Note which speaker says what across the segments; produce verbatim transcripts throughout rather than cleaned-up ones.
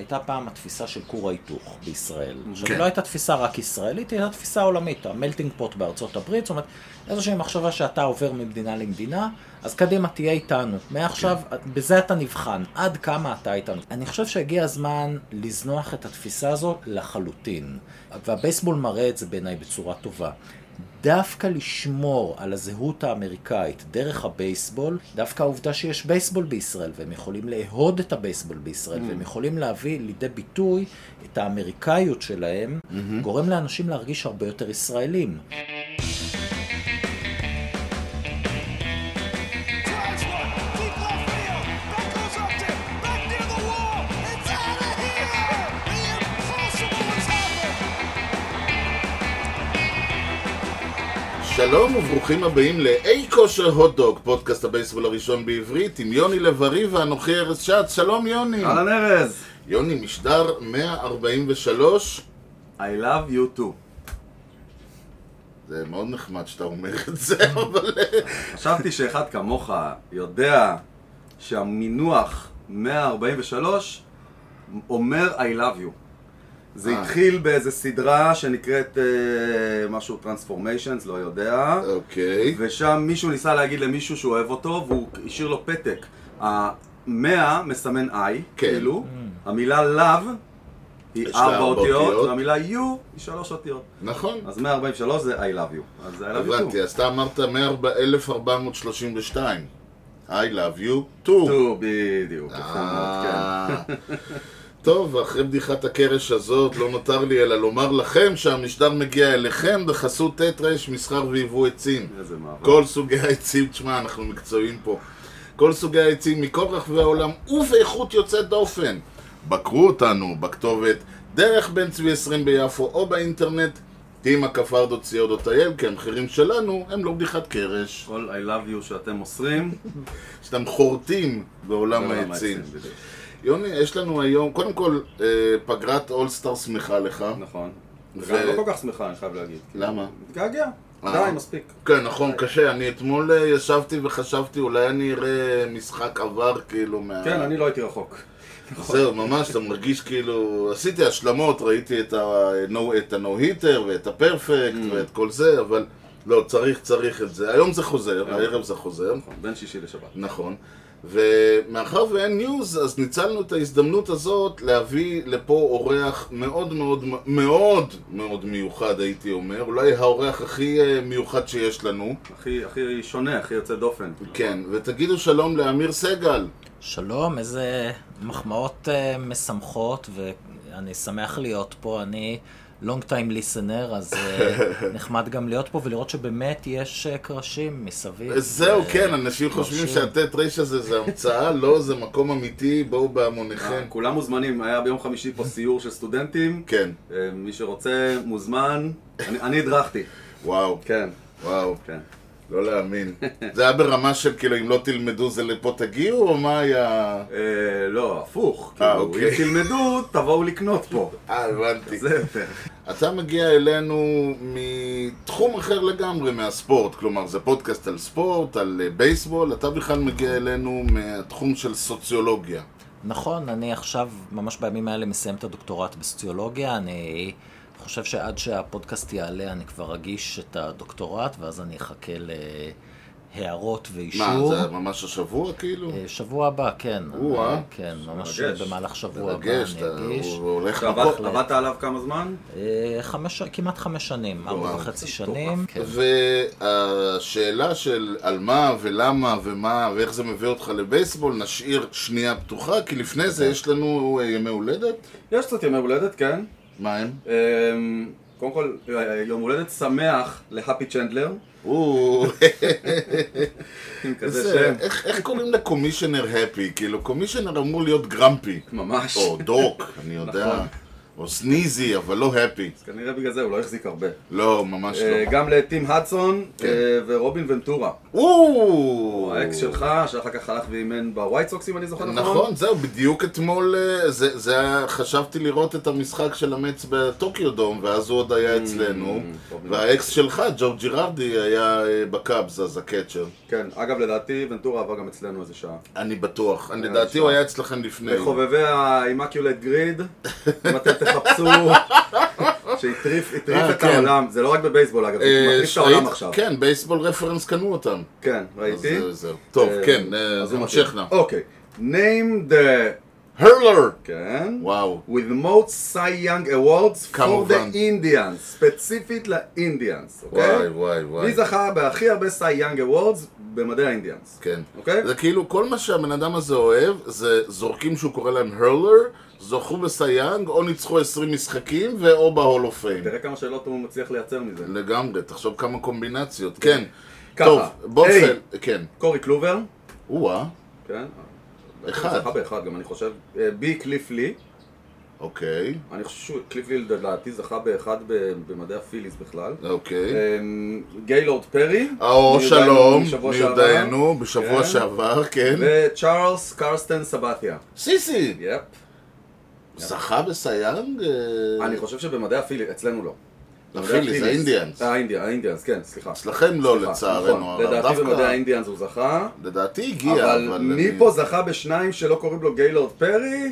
Speaker 1: הייתה פעם התפיסה של כור ההיתוך בישראל. עכשיו, לא הייתה תפיסה רק ישראלית, הייתה תפיסה עולמית, המלטינג פוט בארצות הברית, זאת אומרת, איזושהי מחשבה שאתה עובר ממדינה למדינה, אז קדימה תהיה איתנו. מעכשיו, בזה אתה נבחן, עד כמה אתה איתנו. אני חושב שהגיע הזמן לזנוח את התפיסה הזו לחלוטין. והבייסבול מראה את זה בעיניי בצורה טובה. דווקא לשמור על הזהות האמריקאית דרך הבייסבול, דווקא העובדה שיש בייסבול בישראל, והם יכולים לאהוד את הבייסבול בישראל, mm. והם יכולים להביא לידי ביטוי את האמריקאיות שלהם, mm-hmm. גורם לאנשים להרגיש הרבה יותר ישראלים.
Speaker 2: שלום וברוכים הבאים לאי כושר הוט-דוג, פודקאסט הבייסבול הראשון בעברית, עם יוני לב-ארי ואנוכי ארז שץ. שלום יוני.
Speaker 3: אהלן ארז.
Speaker 2: יוני, משדר מאה ארבעים ושלוש.
Speaker 3: I love you too.
Speaker 2: זה מאוד נחמד שאתה אומר את זה, אבל...
Speaker 3: חשבתי שאחד כמוך יודע שהמינוח מאה ארבעים ושלוש אומר I love you. זה אה. התחיל באיזה סדרה שנקראת אה, משהו Transformations, לא יודע.
Speaker 2: אוקיי.
Speaker 3: ושם מישהו ניסה להגיד למישהו שהוא אוהב אותו, והוא השאיר לו פתק. ה-מאה מסמן I, כן. כאילו. Mm. המילה love היא ארבע אותיות, והמילה you היא שלוש אותיות.
Speaker 2: נכון.
Speaker 3: אז מאה ארבעים ושלוש זה I love you. אז I love you too.
Speaker 2: הבנתי, אז אתה אמרת אלף ארבע מאות שלושים ושתיים. I love you too.
Speaker 3: too, בדיוק.
Speaker 2: אה... טוב, אחרי בדיחת הקרש הזאת לא נותר לי אלא לומר לכם שהמשדר מגיע אליכם בחסות טטרש, מסחר ויבוא עצים.
Speaker 3: איזה מעבר.
Speaker 2: כל סוגי העצים, תשמע, אנחנו מקצועיים פה. כל סוגי העצים מכל רחבי העולם ובאיכות יוצאת דופן. בקרו אותנו בכתובת דרך בן צבי עשרים ביפו או באינטרנט טימה כפר דוט סי או דוט איי אל, כי המחירים שלנו הם לא בדיחת קרש.
Speaker 3: כל I love you שאתם מוסרים,
Speaker 2: שאתם חורטים בעולם העצים. יוני, יש לנו היום, קודם כל, פגרת אולסטאר שמחה לך.
Speaker 3: נכון. וגם לא כל כך שמחה, אני חייב להגיד.
Speaker 2: למה?
Speaker 3: מתגעגע. די, מספיק.
Speaker 2: כן, נכון, קשה. אני אתמול ישבתי וחשבתי, אולי אני אראה משחק עבר כאילו מה...
Speaker 3: כן, אני לא הייתי רחוק.
Speaker 2: זהו, ממש, אתה מרגיש כאילו... עשיתי השלמות, ראיתי את הנו-היטר ואת הפרפקט ואת כל זה, אבל לא, צריך, צריך את זה. היום זה חוזר, הערב זה חוזר.
Speaker 3: נכון, בין שישי לשבת.
Speaker 2: נכון. ומאחר ואין ניוז, אז ניצלנו את ההזדמנות הזאת להביא לפה אורח מאוד מאוד מאוד מאוד מיוחד, הייתי אומר. אולי האורח הכי מיוחד שיש לנו.
Speaker 3: הכי, הכי שונה, הכי יוצא דופן.
Speaker 2: כן, ותגידו שלום לאמיר סגל.
Speaker 1: שלום, איזה מחמאות uh, משמחות, ואני שמח להיות פה. אני long time listener, אז uh, נחמד גם להיות פה ולראות שבאמת יש uh, קרשים מסביב.
Speaker 2: זהו, uh, כן, אנשים חושבים שהטט רייש הזה זה המצאה, לא, זה מקום אמיתי, בואו בהמוניכם.
Speaker 3: כולם מוזמנים, היה ביום חמישי פה סיור של סטודנטים.
Speaker 2: כן.
Speaker 3: Uh, מי שרוצה, מוזמן. אני, אני הדרכתי.
Speaker 2: וואו.
Speaker 3: כן.
Speaker 2: וואו.
Speaker 3: כן.
Speaker 2: לא להאמין. זה היה ברמה של כאילו אם לא תלמדו זה לפה תגיעו או מה היה?
Speaker 3: אה, לא, הפוך.
Speaker 2: אה, אוקיי.
Speaker 3: אם תלמדו, תבואו לקנות פה.
Speaker 2: אה, הבנתי.
Speaker 3: זה יותר.
Speaker 2: אתה מגיע אלינו מתחום אחר לגמרי מהספורט, כלומר זה פודקאסט על ספורט, על בייסבול, אתה בכלל מגיע אלינו מהתחום של סוציולוגיה.
Speaker 1: נכון, אני עכשיו ממש בימים האלה מסיים את הדוקטורט בסוציולוגיה, אני... אני חושב שעד שהפודקאסט יעלה אני כבר אגיש את הדוקטורט, ואז אני אחכה להערות ואישור.
Speaker 2: מה, זה ממש השבוע כאילו?
Speaker 1: שבוע הבא, כן.
Speaker 2: וואה.
Speaker 1: כן, ממש במהלך שבוע הבא אני אגיש.
Speaker 3: עבדת עליו כמה זמן?
Speaker 1: כמעט חמש שנים, ארבע וחצי שנים.
Speaker 2: והשאלה של על מה ולמה ומה ואיך זה מביא אותך לבייסבול נשאיר שנייה פתוחה, כי לפני זה יש לנו ימי הולדת?
Speaker 3: יש קצת ימי הולדת, כן.
Speaker 2: מה הם?
Speaker 3: קודם כל, יום הולדת שמח להפי צ'נדלר. עם כזה שם.
Speaker 2: איך קוראים לקומישיונר הפי? כאילו, קומישיונר אמור להיות גרמפי.
Speaker 3: ממש.
Speaker 2: או דוק, אני יודע. או סניזי, אבל לא הפי.
Speaker 3: אז כנראה בגלל זה הוא לא החזיק הרבה.
Speaker 2: לא, ממש לא.
Speaker 3: גם לטים הדסון ורובין ונטורה.
Speaker 2: או!
Speaker 3: האקס שלך, שאחר כך הלך ואימן בווייט סוקס, אם אני זוכר נכון.
Speaker 2: נכון, זהו, בדיוק אתמול, זה היה, חשבתי לראות את המשחק של המץ בטוקיו דום, ואז הוא עוד היה אצלנו, והאקס שלך, ג'ורג' ג'ירארדי, היה בקאבס, אז הקאצ'ר.
Speaker 3: כן, אגב, לדעתי ונטורה עבר גם אצלנו איזה שעה.
Speaker 2: אני בטוח, לדעתי הוא היה אצלכם לפני.
Speaker 3: לחובבי האימקיולט גריד, אם אתם תחפשו, שהטריף את העולם, זה לא רק בבייסבול אגב, זה מטריף את העולם עכשיו.
Speaker 2: כן, בייסבול רפרנס קנו אותם.
Speaker 3: כן, ראיתי.
Speaker 2: טוב, כן, המשך נא.
Speaker 3: אוקיי, name the...
Speaker 2: הרלר!
Speaker 3: כן.
Speaker 2: וואו.
Speaker 3: with most Cy Young Awards for the Indians, ספציפית לאינדיאנס, אוקיי?
Speaker 2: וואי, וואי, וואי.
Speaker 3: מי זכה בהכי הרבה Cy Young Awards במדעי האינדיאנס?
Speaker 2: כן.
Speaker 3: אוקיי?
Speaker 2: זה כאילו, כל מה שהבן אדם הזה אוהב, זה זורקים שהוא קורא להם הרלר, זוכו בסייאנג, או ניצחו עשרים משחקים, ואו בהול אוף פיים.
Speaker 3: תראה כמה שאלות הוא מצליח לייצר מזה.
Speaker 2: לגמרי, תחשוב כמה קומבינציות. כן.
Speaker 3: ככה.
Speaker 2: טוב, בופל, כן.
Speaker 3: קורי קלובר.
Speaker 2: או-אה.
Speaker 3: כן.
Speaker 2: אחד.
Speaker 3: זכה באחד גם, אני חושב. בי קליף לי.
Speaker 2: אוקיי.
Speaker 3: אני חושב שקליף לי לדעתי זכה באחד במדעי הפיליס בכלל.
Speaker 2: אוקיי.
Speaker 3: גיילורד פרי.
Speaker 2: או, שלום, מיודענו, בשבוע שעבר, כן.
Speaker 3: וצ'ארלס קרסטן סבתיה.
Speaker 2: סיסי!
Speaker 3: יפ.
Speaker 2: זכה בסייאנג?
Speaker 3: אני חושב שבמדעי הפיליס, אצלנו לא.
Speaker 2: הפיליס, האינדיאנס.
Speaker 3: האינדיאנס, כן, סליחה.
Speaker 2: אצלכם לא לצערנו.
Speaker 3: לדעתי במדעי האינדיאנס הוא זכה.
Speaker 2: לדעתי הגיע, אבל...
Speaker 3: אבל מי פה זכה בשניים שלא קוראים לו גיילורד פרי?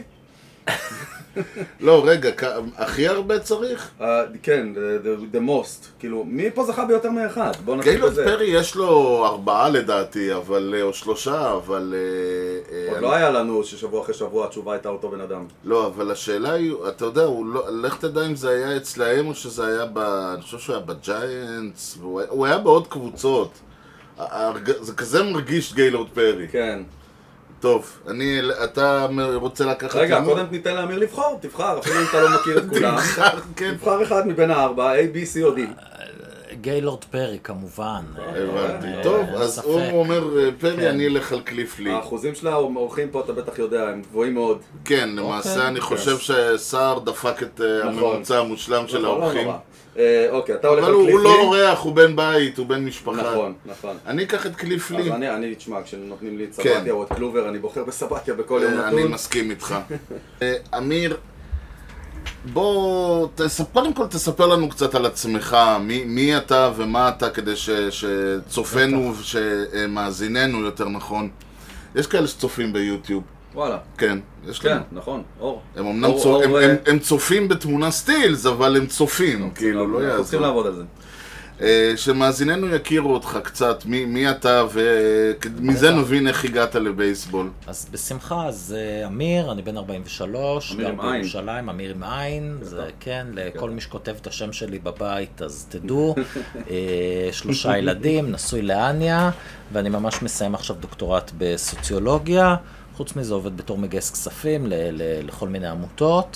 Speaker 2: לא, רגע, הכי הרבה צריך?
Speaker 3: כן, the most. כאילו, מי פה זכה ביותר מאחד?
Speaker 2: גיילורד פרי יש לו ארבעה לדעתי, או שלושה, אבל...
Speaker 3: עוד לא היה לנו ששבוע אחרי שבוע התשובה הייתה אותו בן אדם.
Speaker 2: לא, אבל השאלה היא, אתה יודע, לך תדע אם זה היה אצלהם או שזה היה ב... אני חושב שהוא היה בג'יינטס, הוא היה בעוד קבוצות. זה כזה מרגיש גיילורד פרי.
Speaker 3: כן.
Speaker 2: טוב, אני, אתה רוצה לקחת...
Speaker 3: רגע, קודם ניתן לאמיר לבחור, תבחר, אפילו אם אתה לא מכיר את כולם.
Speaker 2: תבחר, כן.
Speaker 3: תבחר אחד מבין הארבע, A, B, C או D.
Speaker 1: גיילורד פרי, כמובן.
Speaker 2: הבנתי. טוב, אז הוא אומר, פרי, אני אלך על קליף לי.
Speaker 3: האחוזים שלה עורכים פה, אתה בטח יודע, הם גבוהים מאוד.
Speaker 2: כן, למעשה אני חושב שסער דפק את הממוצע המושלם של האורחים.
Speaker 3: אוקיי, אתה הולך על
Speaker 2: קליף לי. אבל הוא לא אורח, הוא בן בית, הוא בן משפחה.
Speaker 3: נכון, נכון.
Speaker 2: אני אקח את קליף לי.
Speaker 3: אז אני, תשמע, כשנותנים לי את סבתיה או את קלובר, אני בוחר בסבתיה בכל יום נתון.
Speaker 2: אני מסכים איתך. אמיר, בוא, קודם כל תספר לנו קצת על עצמך, מי, מי אתה ומה אתה, כדי ש, שצופנו, שמאזיננו יותר נכון. יש כאלה שצופים ביוטיוב.
Speaker 3: וואלה.
Speaker 2: כן, יש
Speaker 3: כן, לנו. נכון, אור.
Speaker 2: הם אמנם אור, צופ... אור, הם, אור, הם, הם צופים בתמונה סטילס, אבל הם צופים, כאילו, לא יעזור.
Speaker 3: אנחנו צריכים לעבוד על זה.
Speaker 2: שמאזיננו יכירו אותך קצת, מי, מי אתה, ומזה נבין איך הגעת לבייסבול.
Speaker 1: אז בשמחה, אז אמיר, אני בן ארבעים ושלוש,
Speaker 3: אמיר עם עין.
Speaker 1: בירושלים, אמיר עם עין, זה כן, לכל מי שכותב את השם שלי בבית, אז תדעו, שלושה ילדים, נשוי לאניה, ואני ממש מסיים עכשיו דוקטורט בסוציולוגיה, חוץ מזה עובד בתור מגייס כספים ל- ל- לכל מיני עמותות.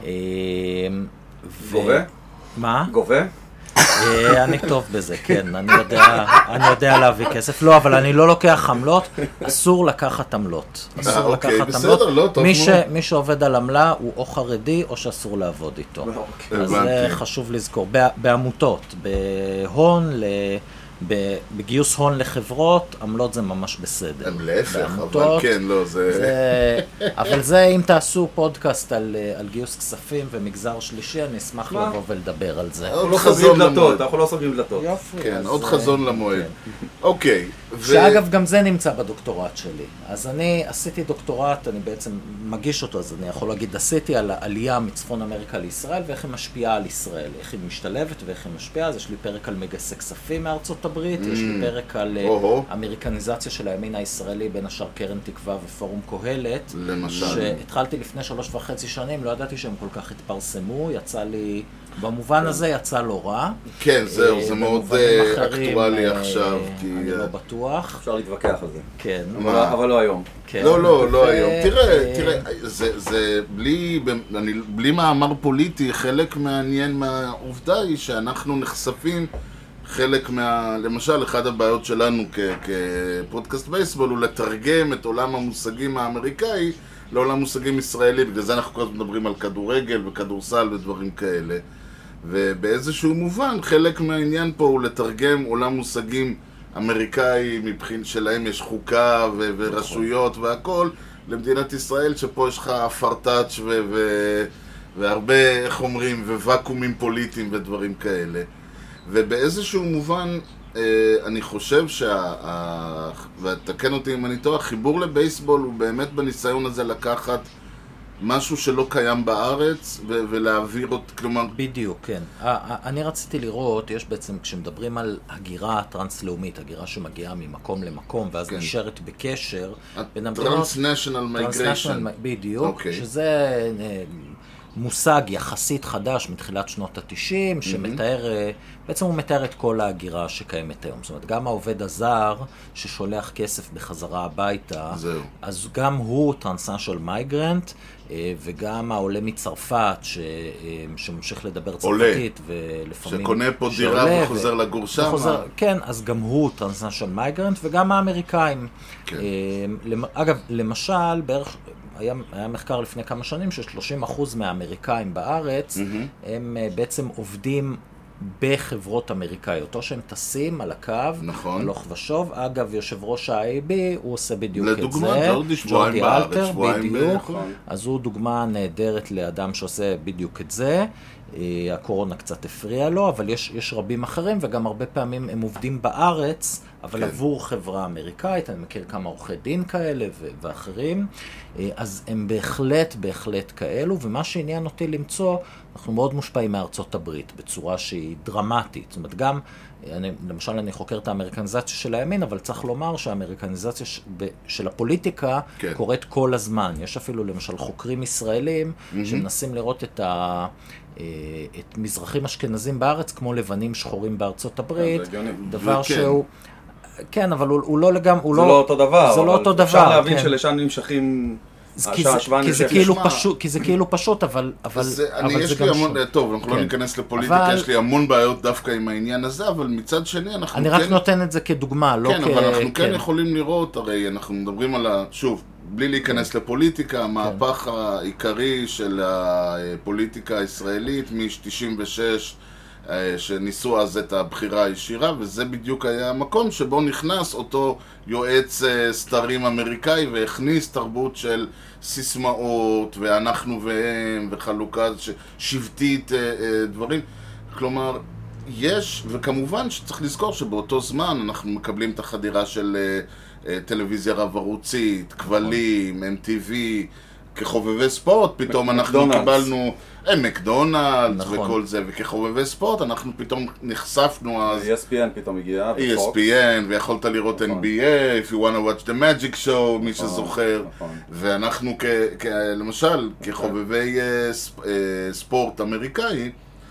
Speaker 3: גובה?
Speaker 1: מה?
Speaker 3: גובה?
Speaker 1: אני טוב בזה, כן, אני יודע, אני יודע להביא כסף. לא, אבל אני לא לוקח עמלות, אסור לקחת עמלות. אסור לקחת עמלות. מי שעובד על עמלה הוא או חרדי או שאסור לעבוד איתו. אז זה חשוב לזכור. בעמותות, בהון, בגיוס הון לחברות, עמלות זה ממש בסדר.
Speaker 2: הם להפך, אבל כן, לא, זה...
Speaker 1: אבל זה, אם תעשו פודקאסט על גיוס כספים ומגזר שלישי, אני אשמח לבוא ולדבר על זה.
Speaker 3: אנחנו לא סוגרים דלתות, אנחנו לא סוגרים דלתות.
Speaker 2: כן, עוד חזון למועד. אוקיי.
Speaker 1: שאגב, גם זה נמצא בדוקטורט שלי. אז אני עשיתי דוקטורט, אני בעצם מגיש אותו, אז אני יכול להגיד, עשיתי על העלייה מצפון אמריקה לישראל, ואיך היא משפיעה על ישראל, איך היא משתלבת ואיך היא משפיעה. אז יש לי פרק על מגייסי כספים מארצות הברית, יש לי פרק על אמריקניזציה של הימין הישראלי, בין השאר קרן תקווה ופורום קהלת.
Speaker 2: למשל.
Speaker 1: שהתחלתי לפני שלוש וחצי שנים, לא ידעתי שהם כל כך התפרסמו, יצא לי... במובן הזה יצא לא רע.
Speaker 2: כן, זהו, זה מאוד אקטואלי עכשיו.
Speaker 1: אני לא בטוח.
Speaker 3: אפשר להתווכח על זה.
Speaker 1: כן.
Speaker 3: אבל לא היום.
Speaker 2: לא, לא, לא היום. תראה, תראה, זה בלי מאמר פוליטי, חלק מעניין מהעובדה היא שאנחנו נחשפים חלק מה... למשל, אחד הבעיות שלנו כפודקאסט בייסבול הוא לתרגם את עולם המושגים האמריקאי לעולם מושגים ישראלי, בגלל זה אנחנו כל הזמן מדברים על כדורגל וכדורסל ודברים כאלה. ובאיזשהו מובן, חלק מהעניין פה הוא לתרגם עולם מושגים אמריקאי, מבחין שלהם יש חוקה ו- ורשויות והכל, למדינת ישראל, שפה יש לך פרטאץ' ו- ו- והרבה, איך אומרים, וואקומים פוליטיים ודברים כאלה. ובאיזשהו מובן, אני חושב שה... ותקן אותי אם אני טועה, החיבור לבייסבול הוא באמת בניסיון הזה לקחת משהו שלא קיים בארץ ו- ולהעביר אותו, כלומר...
Speaker 1: בדיוק, כן. אני רציתי לראות, יש בעצם, כשמדברים על הגירה טרנס-לאומית, הגירה שמגיעה ממקום למקום, ואז כן. נשארת בקשר בין המדינות...
Speaker 2: Transnational Migration.
Speaker 1: בדיוק, okay. שזה מושג יחסית חדש מתחילת שנות ה-תשעים, שמתאר, בעצם הוא מתאר את כל ההגירה שקיימת היום. זאת אומרת, גם העובד הזר ששולח כסף בחזרה הביתה, זהו. אז גם הוא Transnational Migrant, וגם העולה מצרפת ש... שממשיך לדבר צרפתית ולפעמים
Speaker 2: שקונה פה דירה וחוזר ו... לגור שם
Speaker 1: וחוזר... כן, אז גם הוא Transnational Migrant וגם האמריקאים. כן. אגב, למשל, בערך היה, היה מחקר לפני כמה שנים ש-שלושים אחוז מהאמריקאים בארץ mm-hmm. הם בעצם עובדים בחברות אמריקאיות, או שהם טסים על הקו,
Speaker 2: נכון.
Speaker 1: הלוך ושוב. אגב, יושב ראש ה-איי בי, הוא עושה בדיוק את זה.
Speaker 2: לדוגמה, ג'ורדי שבועיים בארץ, שבועיים
Speaker 1: בדיוק. אז הוא דוגמה נהדרת לאדם שעושה בדיוק את זה. הקורונה קצת הפריע לו, אבל יש, יש רבים אחרים, וגם הרבה פעמים הם עובדים בארץ, אבל כן. עבור חברה אמריקאית, אני מכיר כמה עורכי דין כאלה ו- ואחרים, אז הם בהחלט, בהחלט כאלו, ומה שעניין אותי למצוא, אנחנו מאוד מושפעים מארצות הברית, בצורה שהיא דרמטית. זאת אומרת, גם, אני, למשל אני חוקר את האמריקניזציה של הימין, אבל צריך לומר שהאמריקניזציה ש- ב- של הפוליטיקה כן. קורית כל הזמן. יש אפילו למשל חוקרים ישראלים, mm-hmm. שמנסים לראות את ה... את מזרחים אשכנזים בארץ, כמו לבנים שחורים בארצות הברית, דבר שהוא... כן, אבל הוא לא לגמרי...
Speaker 3: זה לא אותו דבר.
Speaker 1: זה לא אותו דבר.
Speaker 3: אפשר להבין שלשם נמשכים...
Speaker 1: כי זה כאילו פשוט, אבל זה גם שום.
Speaker 2: טוב, אנחנו לא ניכנס לפוליטיקה, יש לי המון בעיות דווקא עם העניין הזה, אבל מצד שני אנחנו כן...
Speaker 1: אני רק נותן את זה כדוגמה, לא כ...
Speaker 2: כן, אבל אנחנו כן יכולים לראות, הרי אנחנו מדברים על ה... שוב, בלי להיכנס לפוליטיקה, המהפך העיקרי של הפוליטיקה הישראלית מ-תשעים ושש, שניסו אז את הבחירה הישירה, וזה בדיוק היה המקום שבו נכנס אותו יועץ סתרים אמריקאי והכניס תרבות של סיסמאות ואנחנו והם וחלוקה שבטית דברים. כלומר, יש, וכמובן שצריך לזכור שבאותו זמן אנחנו מקבלים את החדירה של טלוויזיה רב ערוצית, כבלים, אם טי וי, כחובבי ספורט, פתאום אנחנו קיבלנו מקדונלדס וכל זה, וכחובבי ספורט אנחנו פתאום נחשפנו אז...
Speaker 3: E S P N פתאום הגיעה,
Speaker 2: E S P N, ויכולת לראות N B A, if you want to watch the magic show, מי שזוכר, ואנחנו למשל, כחובבי ספורט אמריקאי,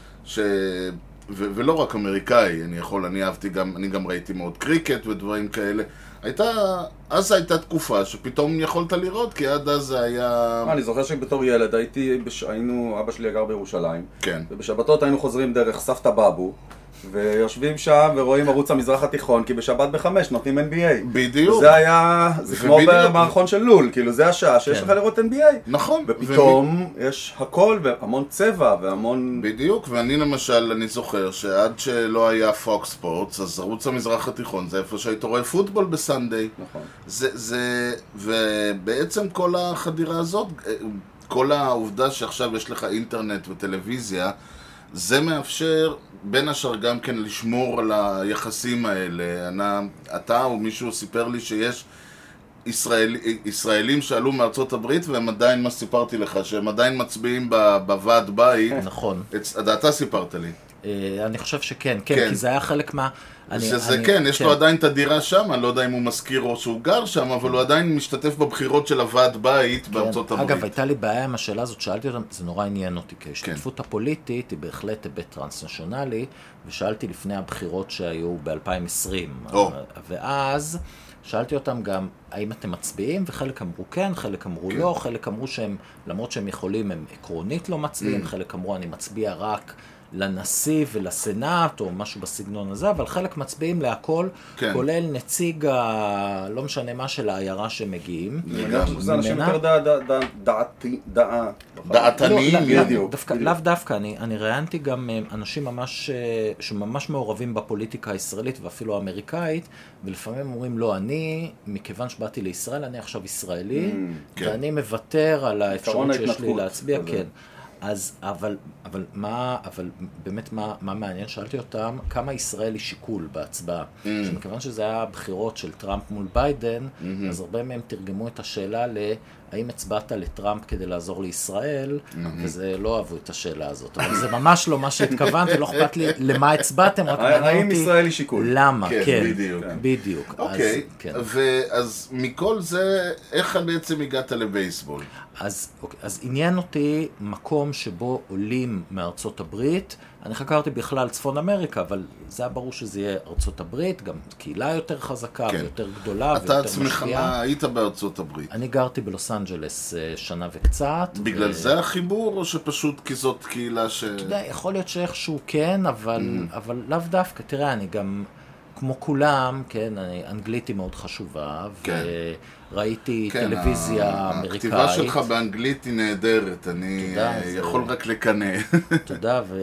Speaker 2: ולא רק אמריקאי, אני יכול, אני אהבתי גם, אני גם ראיתי מאוד קריקט ודברים כאלה, הייתה, אז הייתה תקופה שפתאום יכולת לראות, כי עד אז זה היה...
Speaker 3: אני זוכר שבתור ילד הייתי, היינו, אבא שלי גר בירושלים,
Speaker 2: כן.
Speaker 3: ובשבתות היינו חוזרים דרך סבתא בבו, ויושבים שם ורואים ערוץ המזרח התיכון, כי בשבת בחמש נותנים N B A.
Speaker 2: בדיוק.
Speaker 3: וזה היה, זה כמו במערכון של לול, כאילו זה השעה שיש לך לראות N B A.
Speaker 2: נכון.
Speaker 3: ופתאום יש הכל והמון צבע והמון...
Speaker 2: בדיוק, ואני למשל, אני זוכר שעד שלא היה פוקס ספורטס, אז ערוץ המזרח התיכון זה איפה שהיית רואה פוטבול בסנדיי.
Speaker 3: נכון.
Speaker 2: זה, זה, ובעצם כל החדירה הזאת, כל העובדה שעכשיו יש לך אינטרנט וטלוויזיה, זה מאפשר בין השאר גם כן לשמור על היחסים האלה. אני, אתה או מישהו סיפר לי שיש ישראל, ישראלים שעלו מארצות הברית והם עדיין, מה סיפרתי לך, שהם עדיין מצביעים בוועד בית.
Speaker 1: נכון.
Speaker 2: אתה סיפרת לי.
Speaker 1: אני חושב שכן, כן, כי זה היה חלק מה...
Speaker 2: שזה כן, יש לו עדיין את הדירה שם, אני לא יודע אם הוא מזכיר או שהוא גר שם, אבל הוא עדיין משתתף בבחירות של הוועד בית בארצות הברית.
Speaker 1: אגב, הייתה לי בעיה עם השאלה הזאת, שאלתי אותם, זה נורא עניין אותי, כי ההשתתפות הפוליטית היא בהחלט היבט טרנסנציונלי, ושאלתי לפני הבחירות שהיו ב-אלפיים ועשרים, ואז שאלתי אותם גם, האם אתם מצביעים? וחלק אמרו כן, חלק אמרו לא, חלק אמרו שהם, למרות שהם יכולים, הם עקרונית לא מצביעים, חלק אמרו אני מצביע רק לנשיא ולסנאט, או משהו בסגנון הזה, אבל חלק מצביעים להכל,
Speaker 2: כן.
Speaker 1: כולל נציג ה... לא משנה מה של העיירה שמגיעים.
Speaker 3: זה אנשים יותר דעה.
Speaker 2: דעתניים, בדיוק.
Speaker 1: לאו דווקא, אני ראיינתי גם אנשים ממש, שממש מעורבים בפוליטיקה הישראלית, ואפילו האמריקאית, ולפעמים אומרים, לא, אני, מכיוון שבאתי לישראל, אני עכשיו ישראלי, ואני מוותר על האפשרות שיש לי להצביע, כן. אז, אבל, אבל מה, אבל באמת מה, מה מעניין? שאלתי אותם, כמה ישראל היא שיקול בהצבעה. Mm. שמכיוון שזה היה בחירות של טראמפ מול ביידן, mm-hmm. אז הרבה מהם תרגמו את השאלה ל... האם הצבעת לטראמפ כדי לעזור לישראל, mm-hmm. וזה לא אהבו את השאלה הזאת. אבל זה ממש לא מה שהתכוונתי, לא אכפת לי למה הצבעתם, רק מעניין אותי...
Speaker 3: האם ישראל היא שיקול?
Speaker 1: למה,
Speaker 2: כן.
Speaker 1: כן.
Speaker 2: בדיוק.
Speaker 1: בדיוק.
Speaker 2: אוקיי,
Speaker 1: אז, כן.
Speaker 2: ואז מכל זה, איך בעצם הגעת לבייסבול?
Speaker 1: אז, אוקיי, אז עניין אותי מקום שבו עולים מארצות הברית, אני חקרתי בכלל צפון אמריקה, אבל זה היה ברור שזה יהיה ארצות הברית, גם קהילה יותר חזקה כן. ויותר גדולה ויותר משפיעה. אתה עצמך
Speaker 2: מה היית בארצות הברית?
Speaker 1: אני גרתי בלוס אנג'לס שנה וקצת.
Speaker 2: בגלל ו... זה החיבור, או שפשוט כי זאת קהילה ש...
Speaker 1: אתה יודע, יכול להיות שאיכשהו כן, אבל, mm. אבל לאו דווקא. תראה, אני גם, כמו כולם, כן, אני, אנגלית היא מאוד חשובה, כן. וראיתי כן, טלוויזיה אמריקאית.
Speaker 2: הכתיבה שלך באנגלית היא נהדרת, אני תודה, יכול זה... רק לקנא.
Speaker 1: תודה, ו...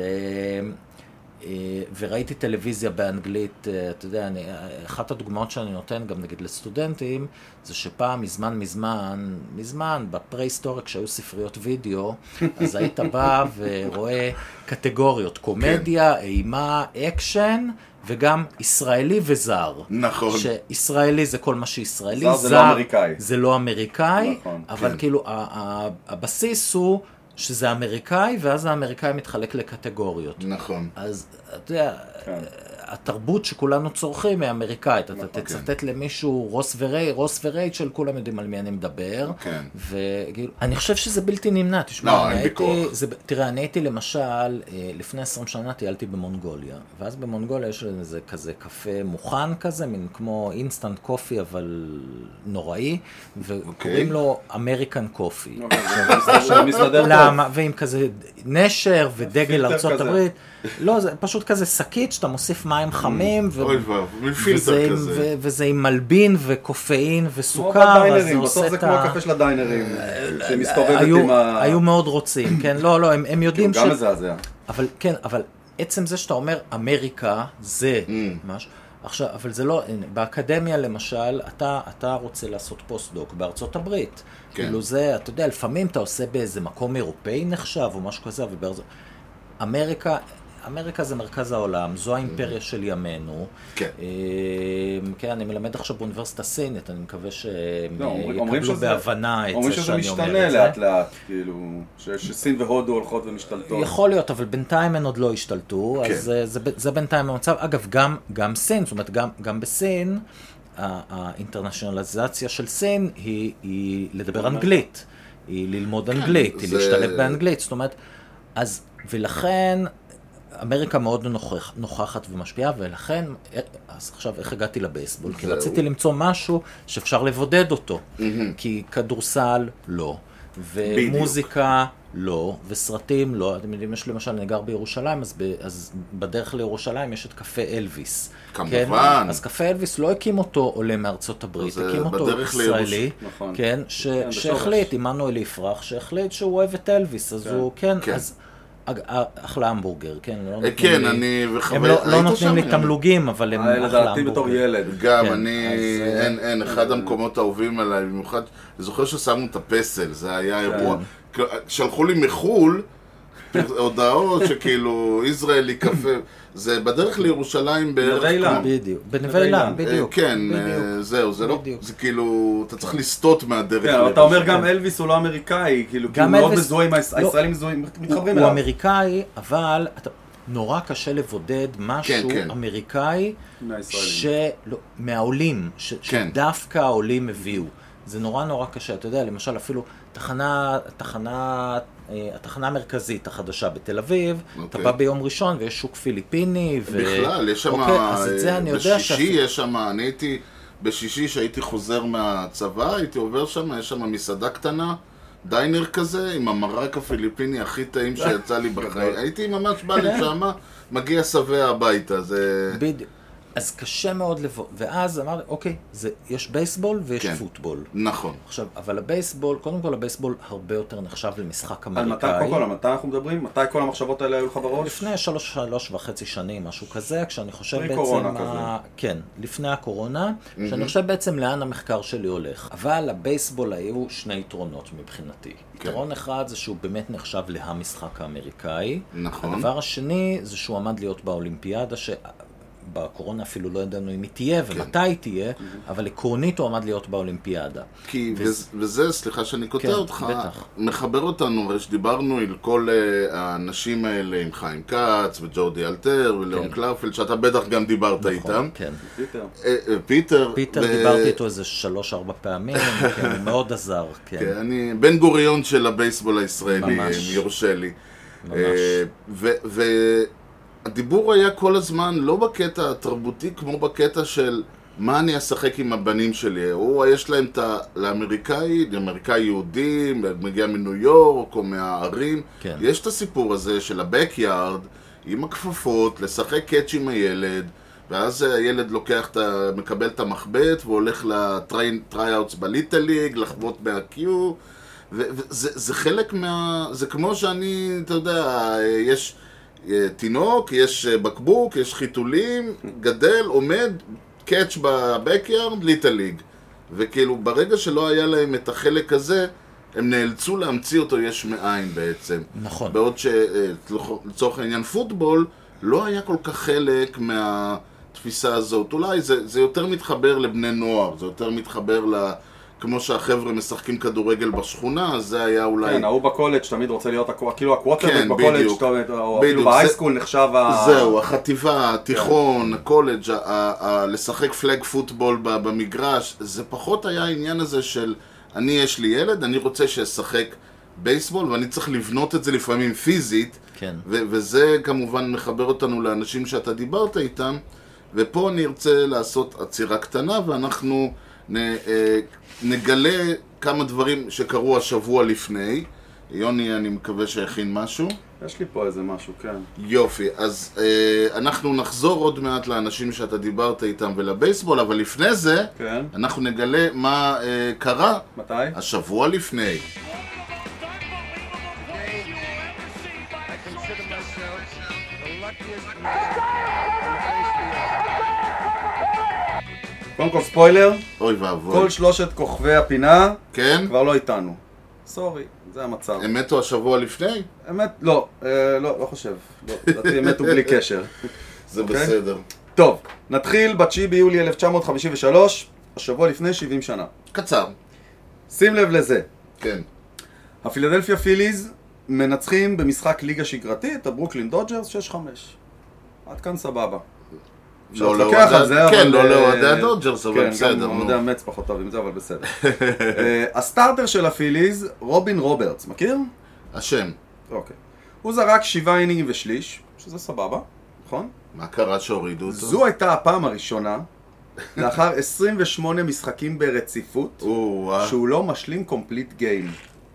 Speaker 1: וראיתי טלוויזיה באנגלית, אתה יודע, אני, אחת הדוגמאות שאני נותן גם נגיד לסטודנטים, זה שפעם מזמן מזמן, מזמן, בפרה-היסטוריה כשהיו ספריות וידאו, אז היית בא ורואה קטגוריות, קומדיה, אימה, אקשן, וגם ישראלי וזר.
Speaker 2: נכון.
Speaker 1: שישראלי זה כל מה שישראלי,
Speaker 3: זר זה לא אמריקאי.
Speaker 1: זה לא אמריקאי,
Speaker 3: נכון,
Speaker 1: אבל
Speaker 2: כן.
Speaker 1: כאילו הבסיס הוא שזה אמריקאי, ואז האמריקאי מתחלק לקטגוריות.
Speaker 2: נכון.
Speaker 1: אז אתה יודע,
Speaker 3: כן.
Speaker 1: התרבות שכולנו צורכים היא אמריקאית. אתה
Speaker 2: נכון,
Speaker 1: תצטט
Speaker 2: כן.
Speaker 1: למישהו רוס וריי, רוס ורייצ'ל, כולם יודעים על מי אני מדבר.
Speaker 2: כן.
Speaker 1: ואני חושב שזה בלתי נמנע. תשמע,
Speaker 2: לא,
Speaker 1: אני
Speaker 2: אין
Speaker 1: הייתי,
Speaker 2: ביקור.
Speaker 1: זה, תראה, אני הייתי למשל, לפני עשרים שנה טיילתי במונגוליה, ואז במונגוליה יש איזה כזה קפה מוכן כזה, מין כמו אינסטנט קופי, אבל נוראי, וקוראים לו אמריקן קופי. למה? ועם כזה נשר ודגל ארצות הברית. לא, זה פשוט כזה שקית שאתה מוסיף מים חמים, וזה עם מלבין וקופאין וסוכר.
Speaker 3: בסוף זה כמו הקפה של הדיינרים, שמסתובבת עם ה...
Speaker 1: היו מאוד רוצים, כן? לא, לא, הם יודעים ש...
Speaker 3: גם מזעזע.
Speaker 1: אבל כן, אבל עצם זה שאתה אומר אמריקה, זה משהו. עכשיו, אבל זה לא, באקדמיה למשל, אתה, אתה רוצה לעשות פוסט-דוק בארצות הברית.
Speaker 2: כן.
Speaker 1: כאילו זה, אתה יודע, לפעמים אתה עושה באיזה מקום אירופאי נחשב, או משהו כזה, ובארצות... אמריקה, אמריקה זה מרכז העולם, זו האימפריה של ימינו.
Speaker 2: כן.
Speaker 1: כן, אני מלמד עכשיו באוניברסיטה סינית, אני מקווה שהם יקבלו בהבנה את זה שאני אומר את זה.
Speaker 3: אומרים שזה משתנה לאט לאט, כאילו, שסין והודו הולכות ומשתלטות.
Speaker 1: יכול להיות, אבל בינתיים הן עוד לא השתלטו, אז זה בינתיים המצב. אגב, גם סין, זאת אומרת, גם בסין, האינטרנציונליזציה של סין היא לדבר אנגלית, היא ללמוד אנגלית, היא להשתלב באנגלית, זאת אומרת, אז, ולכן, אמריקה מאוד נוכח, נוכחת ומשפיעה, ולכן, אז עכשיו איך הגעתי לבייסבול? כי רציתי למצוא משהו שאפשר לבודד אותו, כי כדורסל לא, ומוזיקה לא, וסרטים לא. אתם יודעים, יש למשל, אני גר בירושלים, אז, ב, אז בדרך לירושלים יש את קפה אלוויס.
Speaker 2: כמובן.
Speaker 1: כן? אז קפה אלוויס לא הקים אותו עולה מארצות הברית, הקים אותו ישראלי,
Speaker 3: נכון.
Speaker 1: כן? ש, כן, שהחליט, עמנואל יפרח, שהחליט שהוא אוהב את אלוויס, אז כן. הוא, כן, כן. אז... אחלה המבורגר, כן?
Speaker 2: כן, אני וחבר...
Speaker 1: הם לא נותנים לי תמלוגים, אבל הם אחלה המבורגר.
Speaker 3: לדעתי בתור ילד.
Speaker 2: גם, אני... אין, אין, אחד המקומות האהובים עליי, במיוחד, אני זוכר ששמנו את הפסל, זה היה אירוע. שלחו לי מחול, הודעות שכאילו, ישראלי קפה, זה בדרך לירושלים בערך...
Speaker 3: בנווה אילן.
Speaker 1: בדיוק, בנווה אילן, בדיוק.
Speaker 2: כן, זהו, זה לא... זה כאילו, אתה צריך לסטות מהדרך.
Speaker 3: כן, אבל אתה אומר גם אלוויס הוא לא אמריקאי, כאילו, כי הוא מאוד מזוהה עם הישראלים מזוהים, מתחברים אליו.
Speaker 1: הוא אמריקאי, אבל נורא קשה לבודד משהו אמריקאי מהעולים, שדווקא העולים הביאו. זה נורא נורא קשה, אתה יודע, למשל אפילו תחנה, תחנה, התחנה המרכזית החדשה בתל אביב, אתה בא ביום ראשון ויש שוק פיליפיני.
Speaker 2: בכלל, יש שם, בשישי יש שם, אני הייתי, בשישי שהייתי חוזר מהצבא, הייתי עובר שם, יש שם מסעדה קטנה, דיינר כזה, עם המרק הפיליפיני הכי טעים שיצא לי בחיים. הייתי ממש בא לשם, מגיע שבע הביתה, זה...
Speaker 1: בדיוק. אז קשה מאוד לבוא, ואז אמרתי, אוקיי, זה, יש בייסבול ויש
Speaker 2: כן.
Speaker 1: פוטבול.
Speaker 2: נכון.
Speaker 1: עכשיו, אבל הבייסבול, קודם כל הבייסבול הרבה יותר נחשב למשחק
Speaker 3: על מתי,
Speaker 1: אמריקאי.
Speaker 3: קודם כל, על מתי אנחנו מדברים? מתי כל המחשבות האלה היו לך בראש?
Speaker 1: לפני שלוש, שלוש וחצי שנים, משהו כזה, כשאני חושב
Speaker 3: לפני
Speaker 1: בעצם...
Speaker 3: קורונה
Speaker 1: ה...
Speaker 3: כזה.
Speaker 1: כן, לפני הקורונה,
Speaker 2: Mm-hmm.
Speaker 1: שאני חושב בעצם לאן המחקר שלי הולך. אבל הבייסבול היו שני יתרונות מבחינתי.
Speaker 2: כן.
Speaker 1: יתרון אחד זה שהוא באמת נחשב להמשחק האמריקאי.
Speaker 2: נכון.
Speaker 1: הדבר השני זה שהוא עמד להיות באולימפיאדה, ש... בקורונה אפילו לא ידענו אם היא תהיה ומתי היא תהיה, אבל עקרונית הוא עמד להיות באולימפיאדה.
Speaker 2: כי, וזה, וזה, סליחה שאני קוטע
Speaker 1: כן,
Speaker 2: אותך,
Speaker 1: בטח.
Speaker 2: מחבר אותנו, הרי שדיברנו עם כל uh, האנשים האלה, עם חיים כץ וג'ורדי אלתר ולאון
Speaker 1: כן.
Speaker 2: קלרפלד, שאתה בטח גם דיברת
Speaker 1: נכון,
Speaker 2: איתם.
Speaker 1: כן.
Speaker 3: פיטר.
Speaker 2: Uh, uh, פיטר.
Speaker 1: פיטר
Speaker 2: ו...
Speaker 1: דיברתי איתו איזה שלוש-ארבע פעמים, כן, הוא מאוד עזר, כן.
Speaker 2: כן, אני בן גוריון של הבייסבול הישראלי,
Speaker 1: ממש.
Speaker 2: אם יורשה לי.
Speaker 1: ממש.
Speaker 2: ו... ו... הדיבור היה כל הזמן לא בקטע התרבותי כמו בקטע של מה אני אשחק עם הבנים שלי. הוא, יש להם את ה... לאמריקאי, לאמריקאי יהודי, מגיע מניו יורק או מהערים.
Speaker 1: כן.
Speaker 2: יש את הסיפור הזה של הבק-יארד עם הכפפות, לשחק קאץ' עם הילד, ואז הילד לוקח את ה... מקבל את המחבט והולך לטריי-אוטס בליטל ליג, לחוות מהקיו. וזה זה חלק מה... זה כמו שאני, אתה יודע, יש... תינוק, יש בקבוק, יש חיתולים, גדל, עומד, קאץ' בבק-יארד, ליטל ליג. וכאילו ברגע שלא היה להם את החלק הזה, הם נאלצו להמציא אותו יש מאין בעצם.
Speaker 1: נכון.
Speaker 2: בעוד שלצורך העניין פוטבול, לא היה כל כך חלק מהתפיסה הזאת. אולי זה, זה יותר מתחבר לבני נוער, זה יותר מתחבר ל... כמו שהחבר'ה משחקים כדורגל בשכונה, אז זה היה אולי...
Speaker 3: כן, ההוא בקולג' תמיד רוצה להיות, כאילו הקווטרבק
Speaker 2: כן,
Speaker 3: בקולג',
Speaker 2: בדיוק.
Speaker 3: או
Speaker 2: בדיוק.
Speaker 3: אפילו בהייסקול נחשב ה...
Speaker 2: זהו, החטיבה, התיכון, הקולג', ה- ה- ה- לשחק פלג פוטבול ב- במגרש, זה פחות היה העניין הזה של אני יש לי ילד, אני רוצה שישחק בייסבול, ואני צריך לבנות את זה לפעמים פיזית,
Speaker 1: כן.
Speaker 2: ו- וזה כמובן מחבר אותנו לאנשים שאתה דיברת איתם, ופה אני ארצה לעשות עצירה קטנה, ואנחנו נ- אה, נגלה כמה דברים שקרו השבוע לפני. יוני, אני מקווה שהכין משהו.
Speaker 3: יש לי פה איזה משהו, כן.
Speaker 2: יופי, אז אה, אנחנו נחזור עוד מעט לאנשים שאתה דיברת איתם ולבייסבול, אבל לפני זה,
Speaker 3: כן.
Speaker 2: אנחנו נגלה מה אה, קרה
Speaker 3: מתי?
Speaker 2: השבוע לפני.
Speaker 3: קודם כל ספוילר,
Speaker 2: אוי ואבוי.
Speaker 3: כל שלושת כוכבי הפינה
Speaker 2: כן?
Speaker 3: כבר לא איתנו. סורי, זה המצב.
Speaker 2: הם מתו השבוע לפני?
Speaker 3: אמת, לא, אה, לא, לא חושב. לא, לדעתי הם מתו בלי קשר.
Speaker 2: זה
Speaker 3: אוקיי?
Speaker 2: בסדר.
Speaker 3: טוב, נתחיל בתשיעי ביולי אלף תשע מאות חמישים ושלוש, השבוע לפני שבעים שנה.
Speaker 2: קצר.
Speaker 3: שים לב לזה,
Speaker 2: כן.
Speaker 3: הפילדלפיה פיליז מנצחים במשחק ליגה שגרתי את הברוקלין דודג'רס שש חמש. עד כאן סבבה. אפשר
Speaker 2: לא
Speaker 3: להתווכח על זה,
Speaker 2: כן,
Speaker 3: אבל,
Speaker 2: לא
Speaker 3: אה,
Speaker 2: לאוהדי הדודג'רס, אבל
Speaker 3: כן,
Speaker 2: בסדר.
Speaker 3: גם
Speaker 2: נו.
Speaker 3: אוהדי המץ פחות טוב עם זה, אבל בסדר. אה, הסטארטר של הפיליז, רובין רוברטס, מכיר?
Speaker 2: השם.
Speaker 3: אוקיי. הוא זרק שבעה אינינגים ושליש, שזה סבבה, נכון?
Speaker 2: מה קרה שהורידו אותו?
Speaker 3: זו הייתה הפעם הראשונה, לאחר עשרים ושמונה משחקים ברציפות,
Speaker 2: או-אה.
Speaker 3: שהוא לא משלים קומפליט גיים.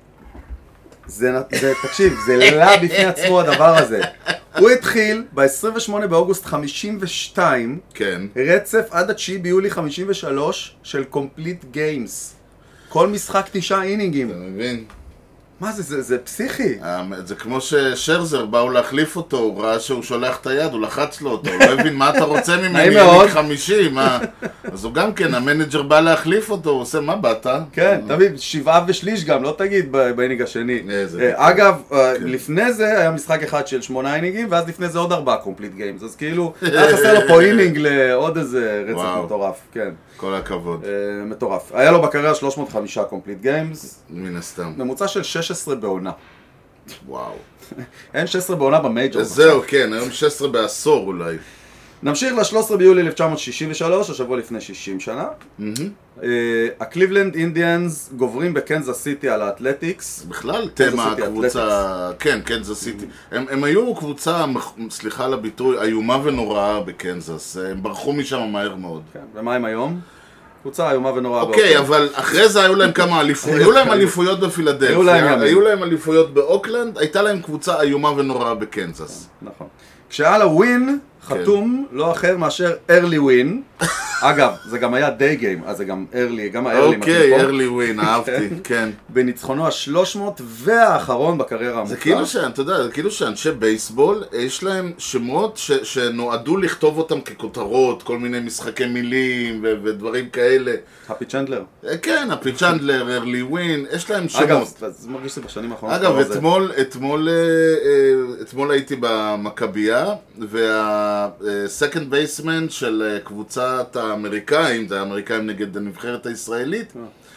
Speaker 3: זה, זה, תקשיב, זה לה בפני עצמו הדבר הזה. הוא התחיל ב-עשרים ושמונה באוגוסט חמישים ושתיים,
Speaker 2: כן.
Speaker 3: רצף עד התשיעי ביולי חמישים ושלוש של קומפליט גיימס. כל משחק תשעה אינינגים.
Speaker 2: אתה מבין?
Speaker 3: מה זה, זה, זה פסיכי.
Speaker 2: זה כמו ששרזר באו להחליף אותו, הוא ראה שהוא שולח את היד, הוא לחץ לו אותו, הוא לא הבין מה אתה רוצה ממני,
Speaker 3: נעים
Speaker 2: אינינג
Speaker 3: מאוד.
Speaker 2: חמישי, מה? אז הוא גם כן, המנג'ר בא להחליף אותו, הוא עושה, מה באת?
Speaker 3: כן, תמיד, שבעה ושליש גם, לא תגיד ב- באינינג השני.
Speaker 2: איזה
Speaker 3: אה, אגב, אה, לפני זה היה משחק אחד של שמונה אינינגים, ואז לפני זה עוד ארבעה קומפליט גיימס, אז כאילו, היה חסר לו פה אינינג לעוד איזה רצף
Speaker 2: וואו.
Speaker 3: מטורף, כן.
Speaker 2: כל הכבוד,
Speaker 3: אה, מטורף. היה לו בקריירה שלוש מאות וחמישה קומפליט גיימס,
Speaker 2: מן הסתם.
Speaker 3: ממוצע של שש עשרה בעונה.
Speaker 2: וואו.
Speaker 3: אין שש עשרה בעונה במייג'ור.
Speaker 2: זהו, כן, היום שש עשרה בעשור אולי.
Speaker 3: נמשיך ל-שלושה עשר ביולי אלף תשע מאות שישים ושלוש, השבוע לפני שישים שנה. אה, הקליבלנד אינדיאנס גוברים בקנזס סיטי על האתלטיקס.
Speaker 2: בכלל
Speaker 3: קנזס
Speaker 2: תמה
Speaker 3: סיטי
Speaker 2: הקבוצה, כן, קנזס סיטי. הם הם היו קבוצה, סליחה על הביטוי, איומה ונוראה בקנזס. הם ברחו משם מהר מאוד.
Speaker 3: כן, ומה הם היום? קבוצה איומה ונוראה.
Speaker 2: אוקיי, אבל אחרי זה היו להם כמה אליפויות, היו להם אליפויות בפילדלפיה, היו להם אליפויות באוקלנד, הייתה להם קבוצה איומה ונוראה בקנזס.
Speaker 3: נכון. כשעל הווין חתום לא אחר מאשר early win. אגב, זה גם היה day game, אז זה גם early, גם ה-early.
Speaker 2: אוקיי, early win, אהבתי, כן.
Speaker 3: בניצחונו ה-שלוש מאות והאחרון בקריירה המוצלחת.
Speaker 2: זה כאילו שאתה יודע, זה כאילו שאנשי בייסבול, יש להם שמות שנועדו לכתוב אותם ככותרות, כל מיני משחקי מילים ודברים כאלה.
Speaker 3: הפי צ'נדלר.
Speaker 2: כן, הפי צ'נדלר, early win, יש להם שמות.
Speaker 3: אגב, זה מרגיש לי בשנים האחרונות.
Speaker 2: אגב, אתמול, אתמול, אתמול הייתי במכבייה, וה-second baseman של קבוצת האמריקאים, זה האמריקאים נגד הנבחרת הישראלית,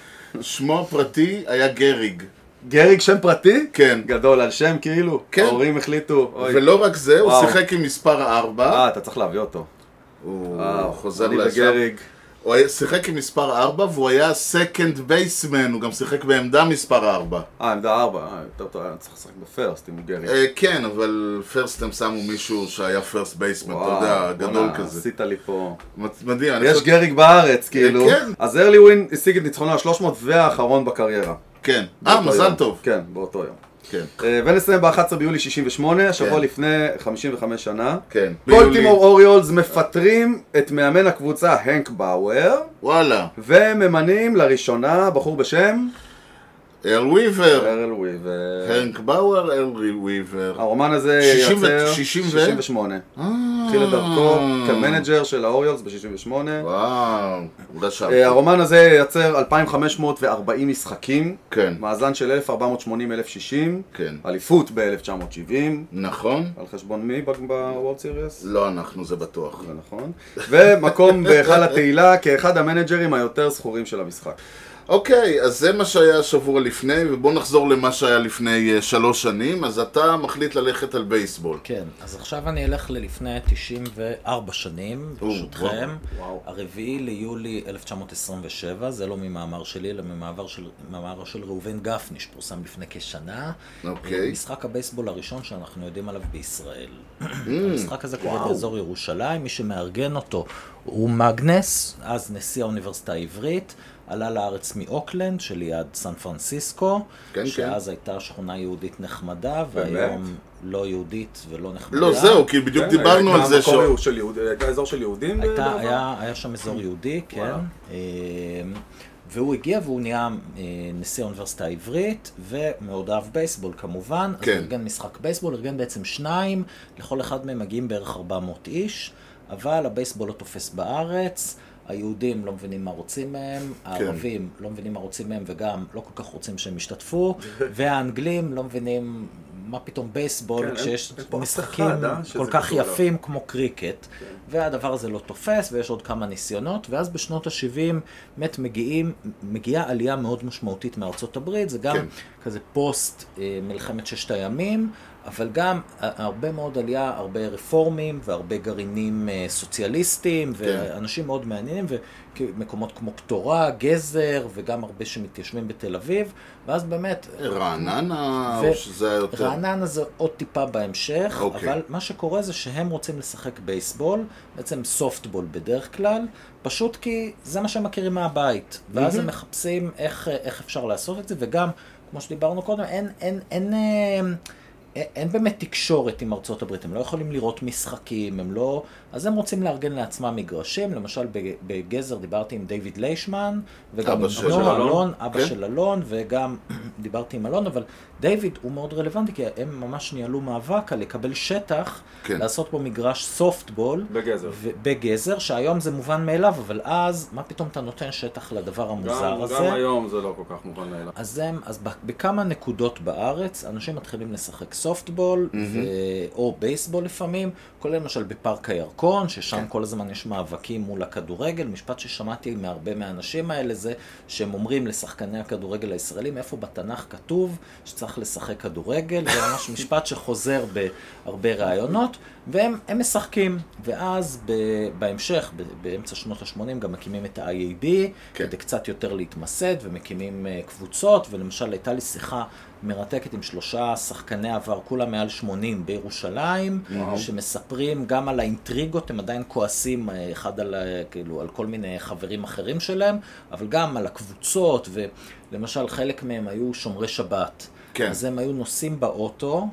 Speaker 2: שמו הפרטי היה גריג.
Speaker 3: גריג שם פרטי?
Speaker 2: כן.
Speaker 3: גדול על שם כאילו?
Speaker 2: כן.
Speaker 3: ההורים החליטו.
Speaker 2: ולא רק זה, הוא שיחק עם מספר ארבע.
Speaker 3: אה, אתה צריך להביא אותו.
Speaker 2: הוא חוזר
Speaker 3: לשם. אני
Speaker 2: וגריג. הוא שיחק עם מספר ארבע, והוא היה second baseman, הוא גם שיחק בעמדה מספר ארבע.
Speaker 3: אה, עמדה ארבע, אה, יותר טוב, היה צריך לשחק בפרסט עם גריג.
Speaker 2: כן, אבל פרסט הם שמו מישהו שהיה first baseman, אתה יודע, גדול כזה.
Speaker 3: עשית לי פה...
Speaker 2: מדהים.
Speaker 3: יש גריג בארץ, כאילו.
Speaker 2: כן.
Speaker 3: אז early win השיג את ניצחונו ה-שלוש מאות והאחרון בקריירה.
Speaker 2: כן. אה, מזל טוב.
Speaker 3: כן, באותו יום.
Speaker 2: כן.
Speaker 3: ונסיים ב-אחד עשר ביולי שישים ושמונה, השבוע לפני חמישים וחמש שנה.
Speaker 2: כן.
Speaker 3: בולטימור אוריולס מפטרים את מאמן הקבוצה הנק באואר.
Speaker 2: וואלה.
Speaker 3: וממנים לראשונה בחור בשם
Speaker 2: ארל וויבר.
Speaker 3: ארל וויבר.
Speaker 2: הנק באואר, ארל וויבר.
Speaker 3: הרומן הזה יצר שישים ושמונה. התחיל את דרכו כמנג'ר של האוריולס ב-שישים ושמונה.
Speaker 2: וואו, רשם.
Speaker 3: הרומן הזה ייצר אלפיים וחמש מאות וארבעים משחקים.
Speaker 2: כן.
Speaker 3: מאזן של אלף ארבע מאות שמונים אלף שישים.
Speaker 2: כן.
Speaker 3: אליפות ב-אלף תשע מאות שבעים.
Speaker 2: נכון.
Speaker 3: על חשבון מי בוולד סיריוס?
Speaker 2: לא אנחנו, זה בטוח.
Speaker 3: זה נכון. ומקום בהיכל התהילה כאחד המנג'רים היותר זכורים של המשחק.
Speaker 2: אוקיי, אז זה מה שהיה השבוע לפני, ובוא נחזור למה שהיה לפני uh, שלוש שנים, אז אתה מחליט ללכת על בייסבול.
Speaker 1: כן, אז עכשיו אני אלך ללפני תשעים וארבע שנים, ברשותכם. הרביעי ליולי אלף תשע מאות עשרים ושבע, זה לא ממאמר שלי, אלא ממאמר של, ממאמר של ראובן גפני, שפורסם לפני כשנה.
Speaker 2: אוקיי.
Speaker 1: משחק הבייסבול הראשון שאנחנו יודעים עליו בישראל. המשחק הזה קורה באזור ירושלים, מי שמארגן אותו הוא מגנס, אז נשיא האוניברסיטה העברית. עלה לארץ מאוקלנד, שליד סן פרנסיסקו,
Speaker 2: כן,
Speaker 1: שאז
Speaker 2: כן.
Speaker 1: הייתה שכונה יהודית נחמדה, והיום לא יהודית ולא נחמדה.
Speaker 2: לא, זהו, כי בדיוק
Speaker 3: כן,
Speaker 2: דיברנו על זה.
Speaker 3: הייתה אזור של יהודים?
Speaker 1: הייתה, היה, היה שם אזור יהודי, כן. והוא הגיע והוא נהיה נשיא האוניברסיטה העברית, ומאוד אהב בייסבול כמובן.
Speaker 2: כן.
Speaker 1: אז הוא ארגן משחק בייסבול, ארגן בעצם שניים, לכל אחד מהם מגיעים בערך ארבע מאות איש, אבל הבייסבול לא תופס בארץ. היהודים לא מבינים מה רוצים מהם, הערבים לא מבינים מה רוצים מהם וגם לא כל כך רוצים שהם ישתתפו, והאנגלים לא מבינים מה פתאום בייסבול כשיש משחקים כל כך יפים כמו קריקט, והדבר הזה לא תופס ויש עוד כמה ניסיונות, ואז בשנות ה-שבעים באמת מגיעים, מגיעה עלייה מאוד משמעותית מארצות הברית, זה גם כזה פוסט מלחמת ששת הימים, אבל גם הרבה מאוד עלייה, הרבה רפורמים והרבה גרעינים סוציאליסטים ואנשים מאוד מעניינים ומקומות כמו קטורה, גזר וגם הרבה שמתיישבים בתל אביב, ואז באמת...
Speaker 2: רעננה או שזה יותר...
Speaker 1: רעננה זה עוד טיפה בהמשך, אבל מה שקורה זה שהם רוצים לשחק בייסבול, בעצם סופטבול בדרך כלל, פשוט כי זה מה שהם מכירים מהבית, ואז הם מחפשים איך אפשר לעשות את זה, וגם, כמו שדיברנו קודם, אין... אין, אין אין באמת תקשורת עם ארצות הברית, הם לא יכולים לראות משחקים, הם לא... אז הם רוצים לארגן לעצמם מגרשים, למשל בגזר דיברתי עם דיוויד ליישמן, וגם עם אלון, אבא של אלון, וגם דיברתי עם אלון, אבל דיוויד הוא מאוד רלוונטי, כי הם ממש ניהלו מאבק על לקבל שטח, לעשות פה מגרש סופטבול, בגזר, שהיום זה מובן מאליו, אבל אז, מה פתאום אתה נותן שטח לדבר המוזר הזה?
Speaker 3: גם היום זה לא כל כך מובן מאליו.
Speaker 1: אז בכמה נקודות בארץ, אנשים מתחילים לשחק סופטבול, או בייסבול לפעמים, כולל למשל בפארק הירקון, ששם כל הזמן יש מאבקים מול הכדורגל. משפט ששמעתי מהרבה מהאנשים האלה זה שהם אומרים לשחקני הכדורגל הישראלים, איפה בתנ"ך כתוב שצריך לשחק כדורגל, זה ממש משפט שחוזר בהרבה רעיונות, והם הם משחקים. ואז בהמשך, באמצע שנות ה-שמונים, גם מקימים את ה-איי איי בי, כדי קצת יותר להתמסד, ומקימים קבוצות, ולמשל הייתה לי שיחה מרתקת עם שלושה שחקני עבר, כולם מעל שמונים בירושלים, שמספרים גם על האינטריגות, הם עדיין כועסים אחד על, כאילו, על כל מיני חברים אחרים שלהם, אבל גם על הקבוצות, ולמשל חלק מהם היו שומרי שבת. כן. אז הם היו נוסעים באוטו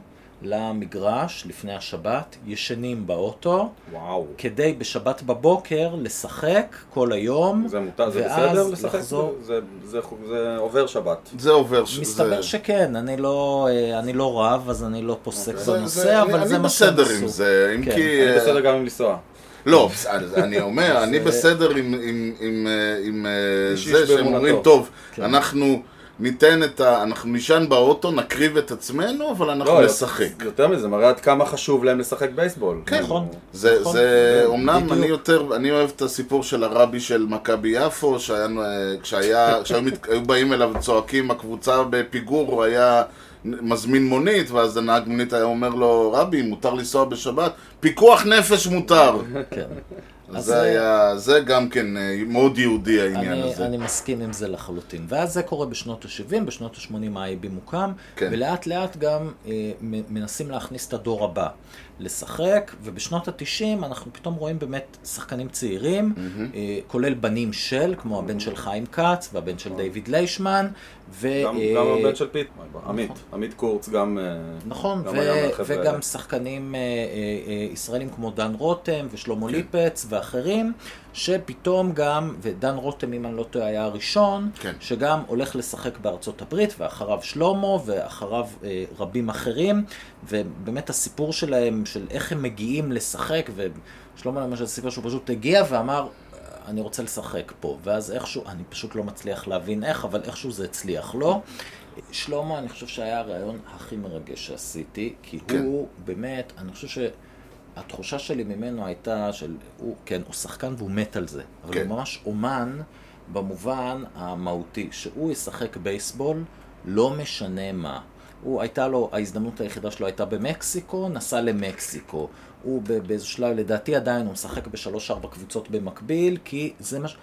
Speaker 1: למגרש לפני השבת, ישנים באוטו,
Speaker 3: וואו.
Speaker 1: כדי בשבת בבוקר לשחק כל היום,
Speaker 3: זה מותר, זה בסדר לשחק? לחזור... זה, זה, זה, זה עובר שבת.
Speaker 2: זה עובר.
Speaker 1: מסתבר זה... שכן, אני לא, אני לא רב, אז אני לא פוסק okay. בנושא,
Speaker 2: זה,
Speaker 1: אבל
Speaker 2: אני,
Speaker 1: זה
Speaker 2: מה שהם עשו. אני בסדר עם זה, אם
Speaker 1: כן.
Speaker 2: כי...
Speaker 3: אני בסדר גם עם לנסוע.
Speaker 2: לא, אני אומר, אני בסדר עם, עם, עם, עם זה שהם אומרים, טוב, כן. אנחנו... ניתן את ה... אנחנו נשען באוטו, נקריב את עצמנו, אבל אנחנו לא, נשחק.
Speaker 3: יותר מזה, מראה עד כמה חשוב להם לשחק בייסבול.
Speaker 1: כן, נכון.
Speaker 2: זה, נכון. זה, אומנם אני יותר, אני אוהב את הסיפור של הרבי של מכבי יפו, שהיה, כשהיה, כשהיו באים אליו צועקים, הקבוצה בפיגור, הוא היה מזמין מונית, ואז הנהג מונית היה אומר לו, רבי, מותר לנסוע בשבת? פיקוח נפש מותר. כן. זה היה, זה גם כן מאוד יהודי העניין
Speaker 1: אני,
Speaker 2: הזה.
Speaker 1: אני מסכים עם זה לחלוטין. ואז זה קורה בשנות ה-שבעים, בשנות ה-שמונים ה-איי בי מוקם, כן. ולאט לאט גם אה, מנסים להכניס את הדור הבא לשחק, ובשנות ה-תשעים אנחנו פתאום רואים באמת שחקנים צעירים, mm-hmm. אה, כולל בנים של, כמו הבן של חיים כץ והבן של דיוויד ליישמן, ו...
Speaker 3: גם, אה, גם הבן של פיט, עמית, נכון. עמית קורץ גם...
Speaker 1: נכון, גם ו- וגם שחקנים אה, אה, ישראלים כמו דן רותם ושלמה כן. ליפץ ואחרים, שפתאום גם, ודן רותם אם אני לא טועה היה הראשון, כן. שגם הולך לשחק בארצות הברית, ואחריו שלמה, ואחריו אה, רבים אחרים, ובאמת הסיפור שלהם, של איך הם מגיעים לשחק, ושלמה למשל סיפר שהוא פשוט הגיע ואמר, אני רוצה לשחק פה, ואז איכשהו, אני פשוט לא מצליח להבין איך, אבל איכשהו זה הצליח לו. שלמה, אני חושב שהיה הרעיון הכי מרגש שעשיתי, כי כן. הוא באמת, אני חושב ש... התחושה שלי ממנו הייתה של, הוא, כן, הוא שחקן והוא מת על זה, אבל כן. הוא ממש אומן במובן המהותי, שהוא ישחק בייסבול, לא משנה מה. הוא הייתה לו, ההזדמנות היחידה שלו הייתה במקסיקו, נסע למקסיקו. הוא באיזו שלב, לדעתי עדיין, הוא משחק בשלוש ארבע קבוצות במקביל, כי זה מה ש...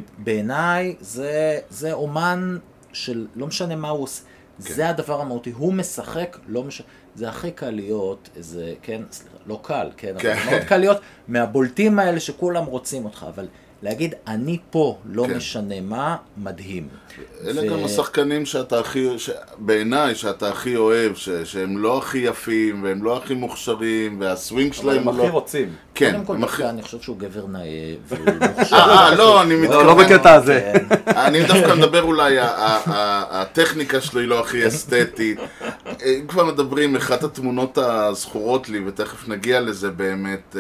Speaker 1: בעיניי, זה, זה אומן של, לא משנה מה הוא עושה, כן. זה הדבר המהותי, הוא משחק, לא משנה, זה הכי קל להיות, איזה, כן, סליחה, לא קל, כן, כן. אבל מאוד קל להיות מהבולטים האלה שכולם רוצים אותך, אבל להגיד, אני פה, לא כן. משנה מה, מדהים.
Speaker 2: אלה ו... גם השחקנים שאתה הכי, ש... בעיניי, שאתה הכי אוהב, ש... שהם לא הכי יפים, והם לא הכי מוכשרים, והסווינג שלהם
Speaker 3: הם
Speaker 2: לא...
Speaker 3: הכי רוצים.
Speaker 1: כן. קודם כל, הכי... אני חושב שהוא גבר נאה, והוא מוכשר.
Speaker 2: אה, לא, אני מתכוון...
Speaker 3: לא בקטע הזה.
Speaker 2: אני דווקא מדבר אולי, הטכניקה שלו היא לא הכי אסתטית. אם כבר מדברים, אחת התמונות הזכורות לי, ותכף נגיע לזה באמת,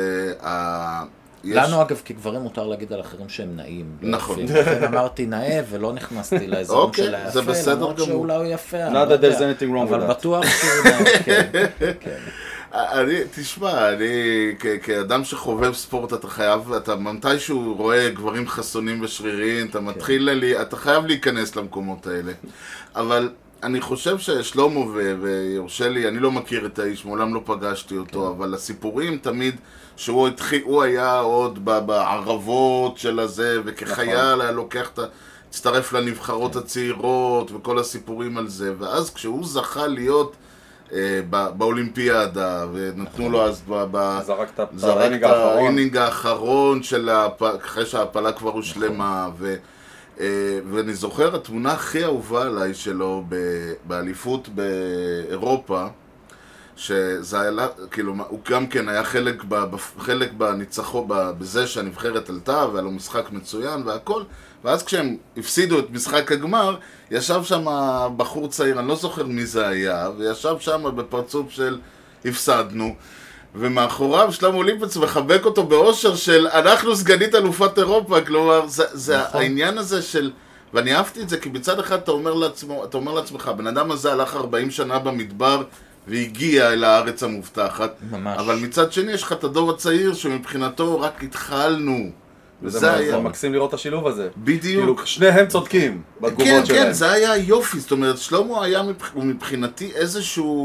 Speaker 1: יש... לנו אגב כגברים מותר להגיד על אחרים שהם נאים.
Speaker 2: נכון.
Speaker 1: לכן אמרתי נאה ולא נכנסתי לאזורים של היפה.
Speaker 2: זה בסדר גמור.
Speaker 1: למרות שאולי הוא יפה.
Speaker 3: Not that there's anything wrong with that.
Speaker 1: אבל בטוח שהוא נאה, כן. כן.
Speaker 2: אני, תשמע, אני כ- כאדם שחובב ספורט, אתה חייב, אתה מתישהו רואה גברים חסונים ושריריים, אתה מתחיל, לי, אתה חייב להיכנס למקומות האלה. אבל אני חושב ששלמה ו- ויורשה לי, אני לא מכיר את האיש, מעולם לא פגשתי אותו, אבל הסיפורים תמיד, שהוא התחיל, הוא היה עוד בערבות של הזה, וכחייל היה לוקח את ה... הצטרף לנבחרות הצעירות וכל הסיפורים על זה, ואז כשהוא זכה להיות באולימפיאדה, ונתנו לו אז זרק את האינינג האחרון של אחרי שההפלה כבר הושלמה, ואני זוכר התמונה הכי אהובה עליי שלו באליפות באירופה, שזה היה, כאילו, הוא גם כן היה חלק, חלק בניצחו, בזה שהנבחרת עלתה, והיה לו משחק מצוין והכל, ואז כשהם הפסידו את משחק הגמר, ישב שם בחור צעיר, אני לא זוכר מי זה היה, וישב שם בפרצוף של הפסדנו, ומאחוריו שלמה ליפץ מחבק אותו באושר של אנחנו סגנית אלופת אירופה, כלומר, זה, זה נכון. העניין הזה של, ואני אהבתי את זה, כי בצד אחד אתה אומר לעצמו, אתה אומר לעצמך, בן אדם הזה הלך ארבעים שנה במדבר, והגיע אל הארץ המובטחת. ממש. אבל מצד שני יש לך את הדור הצעיר שמבחינתו רק התחלנו.
Speaker 3: וזה היה... מקסים לראות את השילוב הזה.
Speaker 2: בדיוק.
Speaker 3: כאילו, שניהם צודקים בתגובות
Speaker 2: כן,
Speaker 3: שלהם.
Speaker 2: כן, כן, זה היה יופי. זאת אומרת, שלמה היה מבח... מבחינתי איזשהו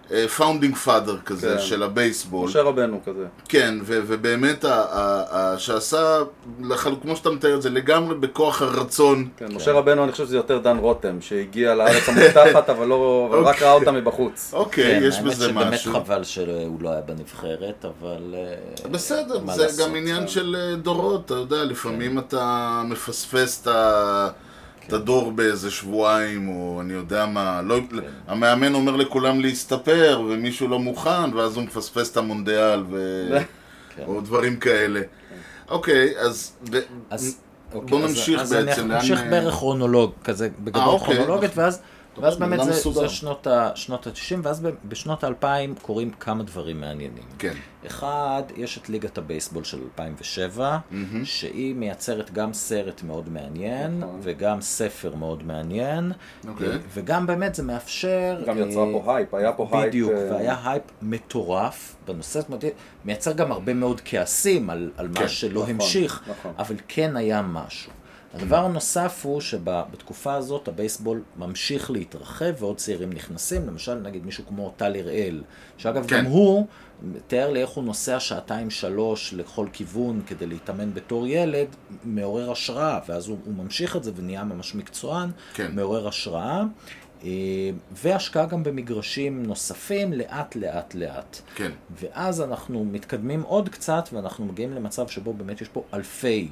Speaker 2: פאונדינג פאדר כזה של הבייסבול.
Speaker 3: משה רבנו כזה.
Speaker 2: כן, ובאמת שעשה, כמו שאתה מתאר את זה, לגמרי בכוח הרצון.
Speaker 3: כן, משה רבנו אני חושב שזה יותר דן רותם, שהגיע לארץ המובטחת, אבל רק ראה אותה מבחוץ.
Speaker 2: אוקיי, יש בזה משהו.
Speaker 1: האמת שבאמת חבל שהוא לא היה בנבחרת, אבל...
Speaker 2: בסדר, זה גם עניין של דורות, אתה יודע, לפעמים אתה מפספס את ה... את הדור באיזה שבועיים, או אני יודע מה, לא, המאמן אומר לכולם להסתפר, ומישהו לא מוכן, ואז הוא מפספס את המונדיאל, ו... או דברים כאלה. אוקיי, אז בוא נמשיך בעצם.
Speaker 1: אז אני נמשיך בערך כרונולוג, כזה בגדול כרונולוגית, ואז ואז באמת זה, זה שנות ה-תשעים, ואז בשנות ה-אלפיים קורים כמה דברים מעניינים.
Speaker 2: כן.
Speaker 1: אחד, יש את ליגת הבייסבול של אלפיים ושבע, mm-hmm. שהיא מייצרת גם סרט מאוד מעניין, okay. וגם ספר מאוד מעניין, okay. וגם באמת זה מאפשר...
Speaker 3: גם יצרה פה הייפ, היה פה הייפ...
Speaker 1: בדיוק, uh... והיה הייפ מטורף בנושא, זאת אומרת, מייצר גם הרבה מאוד כעסים על, על כן, מה שלא נכון, המשיך, נכון. אבל כן היה משהו. הדבר הנוסף הוא שבתקופה הזאת הבייסבול ממשיך להתרחב ועוד צעירים נכנסים, למשל נגיד מישהו כמו טל הראל, שאגב כן. גם הוא תיאר לי איך הוא נוסע שעתיים שלוש לכל כיוון כדי להתאמן בתור ילד, מעורר השראה, ואז הוא, הוא ממשיך את זה ונהיה ממש מקצוען, כן. מעורר השראה, והשקעה גם במגרשים נוספים לאט לאט לאט. כן. ואז אנחנו מתקדמים עוד קצת ואנחנו מגיעים למצב שבו באמת יש פה אלפי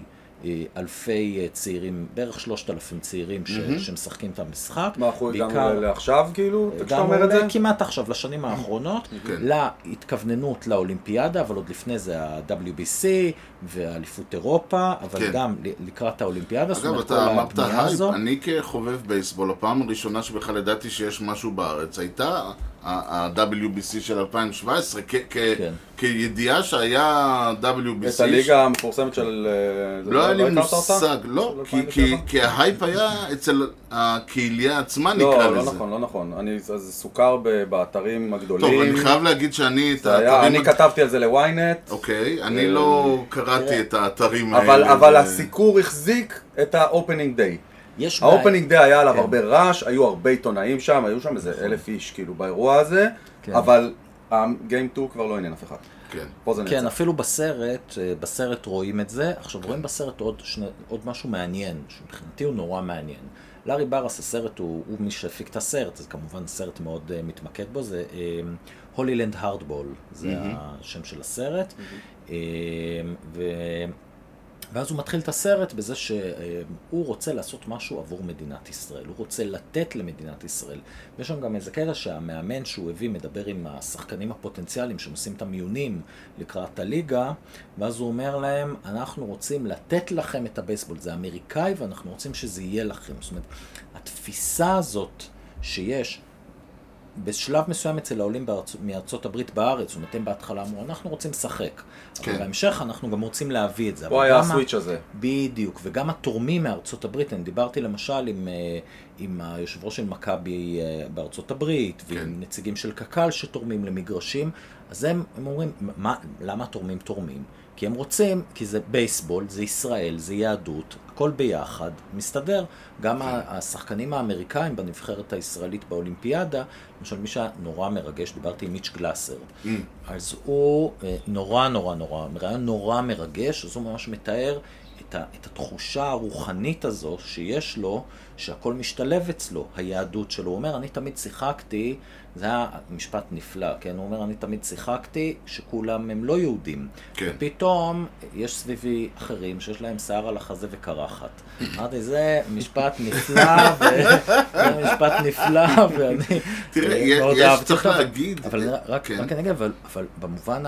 Speaker 1: אלפי צעירים, בערך שלושת אלפים צעירים ש- שמשחקים את המשחק.
Speaker 3: מה, אנחנו הגענו לעכשיו כאילו?
Speaker 1: הגענו כמעט עכשיו, לשנים האחרונות, להתכווננות לאולימפיאדה, אבל עוד לפני זה ה-דאבליו בי סי והאליפות אירופה, אבל גם לקראת האולימפיאדה.
Speaker 2: אגב, אתה אמרת הייפ, אני כחובב בייסבול, הפעם הראשונה שבכלל ידעתי שיש משהו בארץ, הייתה ה-דאבליו בי סי של אלפיים שבע עשרה, כידיעה שהיה דאבליו בי סי...
Speaker 3: את הליגה המפורסמת של...
Speaker 2: לא היה לי מושג, לא, כי ההייפ היה אצל הקהיליה עצמה נקרא לזה.
Speaker 3: לא, לא נכון, לא נכון. זה סוכר באתרים הגדולים.
Speaker 2: טוב, אני חייב להגיד שאני...
Speaker 3: אני כתבתי על זה לוויינט.
Speaker 2: אוקיי, אני לא קראתי את האתרים האלה.
Speaker 3: אבל הסיקור החזיק את האופנינג דיי. האופנינג דיי היה עליו הרבה רעש, היו הרבה עיתונאים שם, היו שם איזה אלף איש כאילו באירוע הזה, אבל הגיים טו כבר לא עניין אף אחד.
Speaker 1: כן, כן, אפילו בסרט, בסרט רואים את זה. עכשיו רואים בסרט עוד, שני, עוד משהו מעניין, שמבחינתי הוא נורא מעניין. לארי ברס, הסרט הוא, הוא מי שהפיק את הסרט, זה כמובן סרט מאוד uh, מתמקד בו, זה הולילנד הארדבול, זה mm-hmm. השם של הסרט. Mm-hmm. Uh, ו... ואז הוא מתחיל את הסרט בזה שהוא רוצה לעשות משהו עבור מדינת ישראל, הוא רוצה לתת למדינת ישראל. ויש שם גם איזה קטע שהמאמן שהוא הביא מדבר עם השחקנים הפוטנציאליים שעושים את המיונים לקראת הליגה, ואז הוא אומר להם, אנחנו רוצים לתת לכם את הבייסבול, זה אמריקאי ואנחנו רוצים שזה יהיה לכם. זאת אומרת, התפיסה הזאת שיש, בשלב מסוים אצל העולים בארצ... מארצות הברית בארץ, זאת אומרת, הם בהתחלה אמרו, אנחנו רוצים לשחק. כן. אבל בהמשך אנחנו גם רוצים להביא את זה.
Speaker 3: פה היה הסוויץ' הזה.
Speaker 1: בדיוק, וגם התורמים מארצות הברית, אני דיברתי למשל עם, עם היושב ראש של מכבי בארצות הברית, כן. ועם נציגים של קק"ל שתורמים למגרשים, אז הם, הם אומרים, מה, למה התורמים תורמים? כי הם רוצים, כי זה בייסבול, זה ישראל, זה יהדות, הכל ביחד, מסתדר. גם השחקנים האמריקאים בנבחרת הישראלית באולימפיאדה, למשל מי שנורא מרגש, דיברתי עם מיץ' גלאסר, mm. אז הוא נורא נורא נורא, רעיון נורא מרגש, אז הוא ממש מתאר את, ה, את התחושה הרוחנית הזו שיש לו, שהכל משתלב אצלו, היהדות שלו. הוא אומר, אני תמיד שיחקתי, זה היה משפט נפלא, כן? הוא אומר, אני תמיד שיחקתי שכולם הם לא יהודים. כן. ופתאום יש סביבי אחרים שיש להם שיער על החזה וקרחת. אמרתי, זה משפט נפלא, זה משפט נפלא, ואני
Speaker 2: תראה, יש צריך להגיד.
Speaker 1: אבל רק אני אגיד, אבל במובן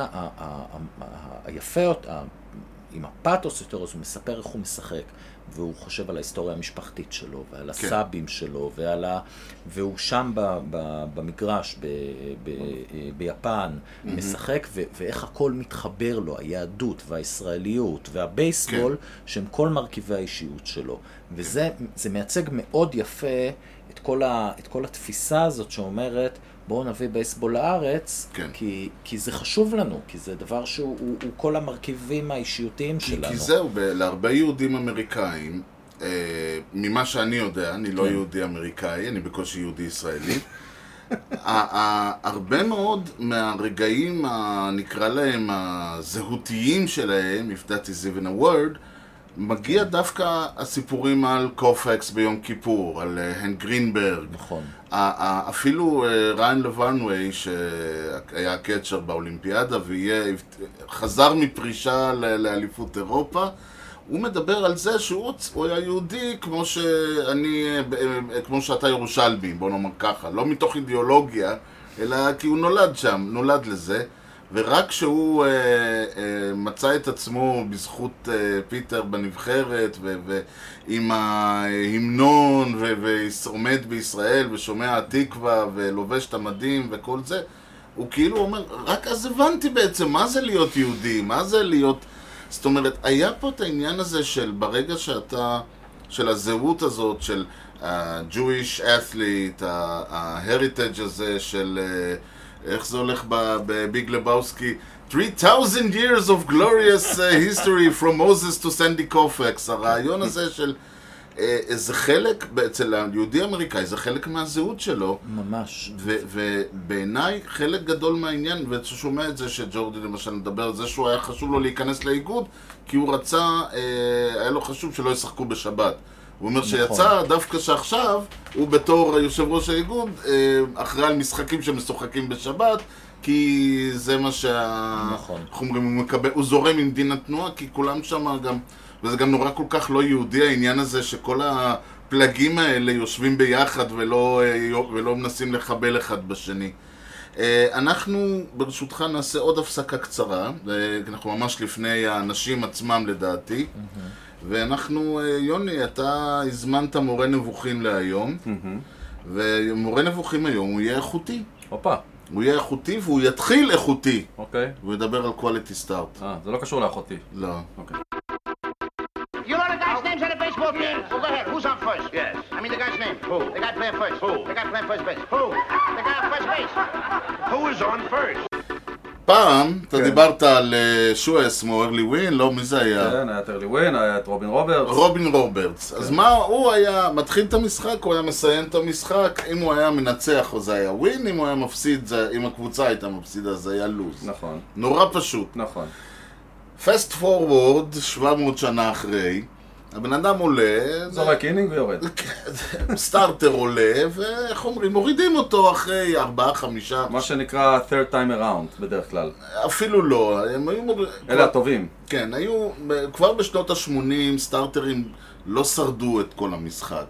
Speaker 1: היפה, עם הפאתוס יותר, אז הוא מספר איך הוא משחק. והוא חושב על ההיסטוריה המשפחתית שלו, ועל כן. הסאבים שלו, ועל ה... והוא שם ב... ב... במגרש ב... ב... ביפן, mm-hmm. משחק, ו... ואיך הכל מתחבר לו, היהדות והישראליות והבייסבול, כן. שהם כל מרכיבי האישיות שלו. וזה זה מייצג מאוד יפה את כל, ה... את כל התפיסה הזאת שאומרת, בואו נביא בייסבול לארץ, כן. כי, כי זה חשוב לנו, כי זה דבר שהוא הוא, הוא כל המרכיבים האישיותיים
Speaker 2: כי,
Speaker 1: שלנו.
Speaker 2: כי זהו, ב- להרבה יהודים אמריקאים, אה, ממה שאני יודע, אני כן. לא יהודי אמריקאי, אני בקושי יהודי ישראלי, הרבה מאוד מהרגעים, נקרא להם, הזהותיים שלהם, if that is even a word, מגיע דווקא הסיפורים על קופקס ביום כיפור, על הנק גרינברג.
Speaker 1: נכון.
Speaker 2: אפילו ריין לוונווי, שהיה קצ'ר באולימפיאדה, וחזר מפרישה לאליפות אירופה, הוא מדבר על זה שהוא היה יהודי כמו שאני, כמו שאתה ירושלמי, בוא נאמר ככה, לא מתוך אידיאולוגיה, אלא כי הוא נולד שם, נולד לזה, ורק כשהוא אה, אה, מצא את עצמו בזכות אה, פיטר בנבחרת, ו- ועם ההמנון, ו- ועומד בישראל, ושומע התקווה, ולובש את המדים, וכל זה, הוא כאילו אומר, רק אז הבנתי בעצם מה זה להיות יהודי, מה זה להיות... זאת אומרת, היה פה את העניין הזה של ברגע שאתה, של הזהות הזאת, של ה-Jewish athlete, ה-heritage הזה של, איך זה הולך בביג לבאוסקי, three thousand years of glorious history from Moses to Sandy Koufax, הרעיון הזה של, זה חלק, אצל היהודי אמריקאי, זה חלק מהזהות שלו. ממש. ובעיניי חלק גדול מהעניין, ואתה שומע את זה שג'ורדי למשל מדבר על זה שהוא היה חשוב לו להיכנס לאיגוד, כי הוא רצה, היה לו חשוב שלא ישחקו בשבת. הוא אומר שיצא דווקא שעכשיו, הוא בתור יושב ראש האיגוד, אחראי על משחקים שמשוחקים בשבת, כי זה מה שה... נכון. הוא מקבל, הוא זורם עם דין התנועה, כי כולם שם גם... וזה גם נורא כל כך לא יהודי העניין הזה שכל הפלגים האלה יושבים ביחד ולא, ולא מנסים לחבל אחד בשני. אנחנו ברשותך נעשה עוד הפסקה קצרה, אנחנו ממש לפני האנשים עצמם לדעתי, ואנחנו, יוני, אתה הזמנת מורה נבוכים להיום, ומורה נבוכים היום הוא יהיה איכותי.
Speaker 3: אופה.
Speaker 2: הוא יהיה איכותי והוא יתחיל איכותי.
Speaker 3: אוקיי.
Speaker 2: הוא ידבר על quality start.
Speaker 3: אה, זה לא קשור לאחותי.
Speaker 2: לא.
Speaker 3: אוקיי.
Speaker 4: You know the guy's names on the baseball team? Yes. Well, go ahead. Who's on first? Yes. I mean the guy's name. Who? The guy playing first. Who? The guy playing first base. Who? The guy on first base. Who is on first?
Speaker 2: פעם, אתה דיברת על שואס כמו ארלי ווין, לא, מי זה היה?
Speaker 3: כן, היה את ארלי ווין, היה את רובין רוברטס.
Speaker 2: רובין רוברטס. אז מה, הוא היה מתחיל את המשחק, הוא היה מסיים את המשחק, אם הוא היה מנצח זה היה ווין, אם הוא היה מפסיד, אם הקבוצה הייתה מפסידה זה היה לוז.
Speaker 3: נכון.
Speaker 2: נורא פשוט.
Speaker 3: נכון.
Speaker 2: פסט פורוורד, שבע מאות שנה אחרי, הבן אדם עולה,
Speaker 3: זורק אינינג ויורד.
Speaker 2: סטארטר עולה, ואיך אומרים, מורידים אותו אחרי ארבעה, חמישה.
Speaker 3: מה שנקרא third time around בדרך כלל.
Speaker 2: אפילו לא.
Speaker 3: אלה הטובים.
Speaker 2: כן, היו, כבר בשנות ה-שמונים סטארטרים לא שרדו את כל המשחק.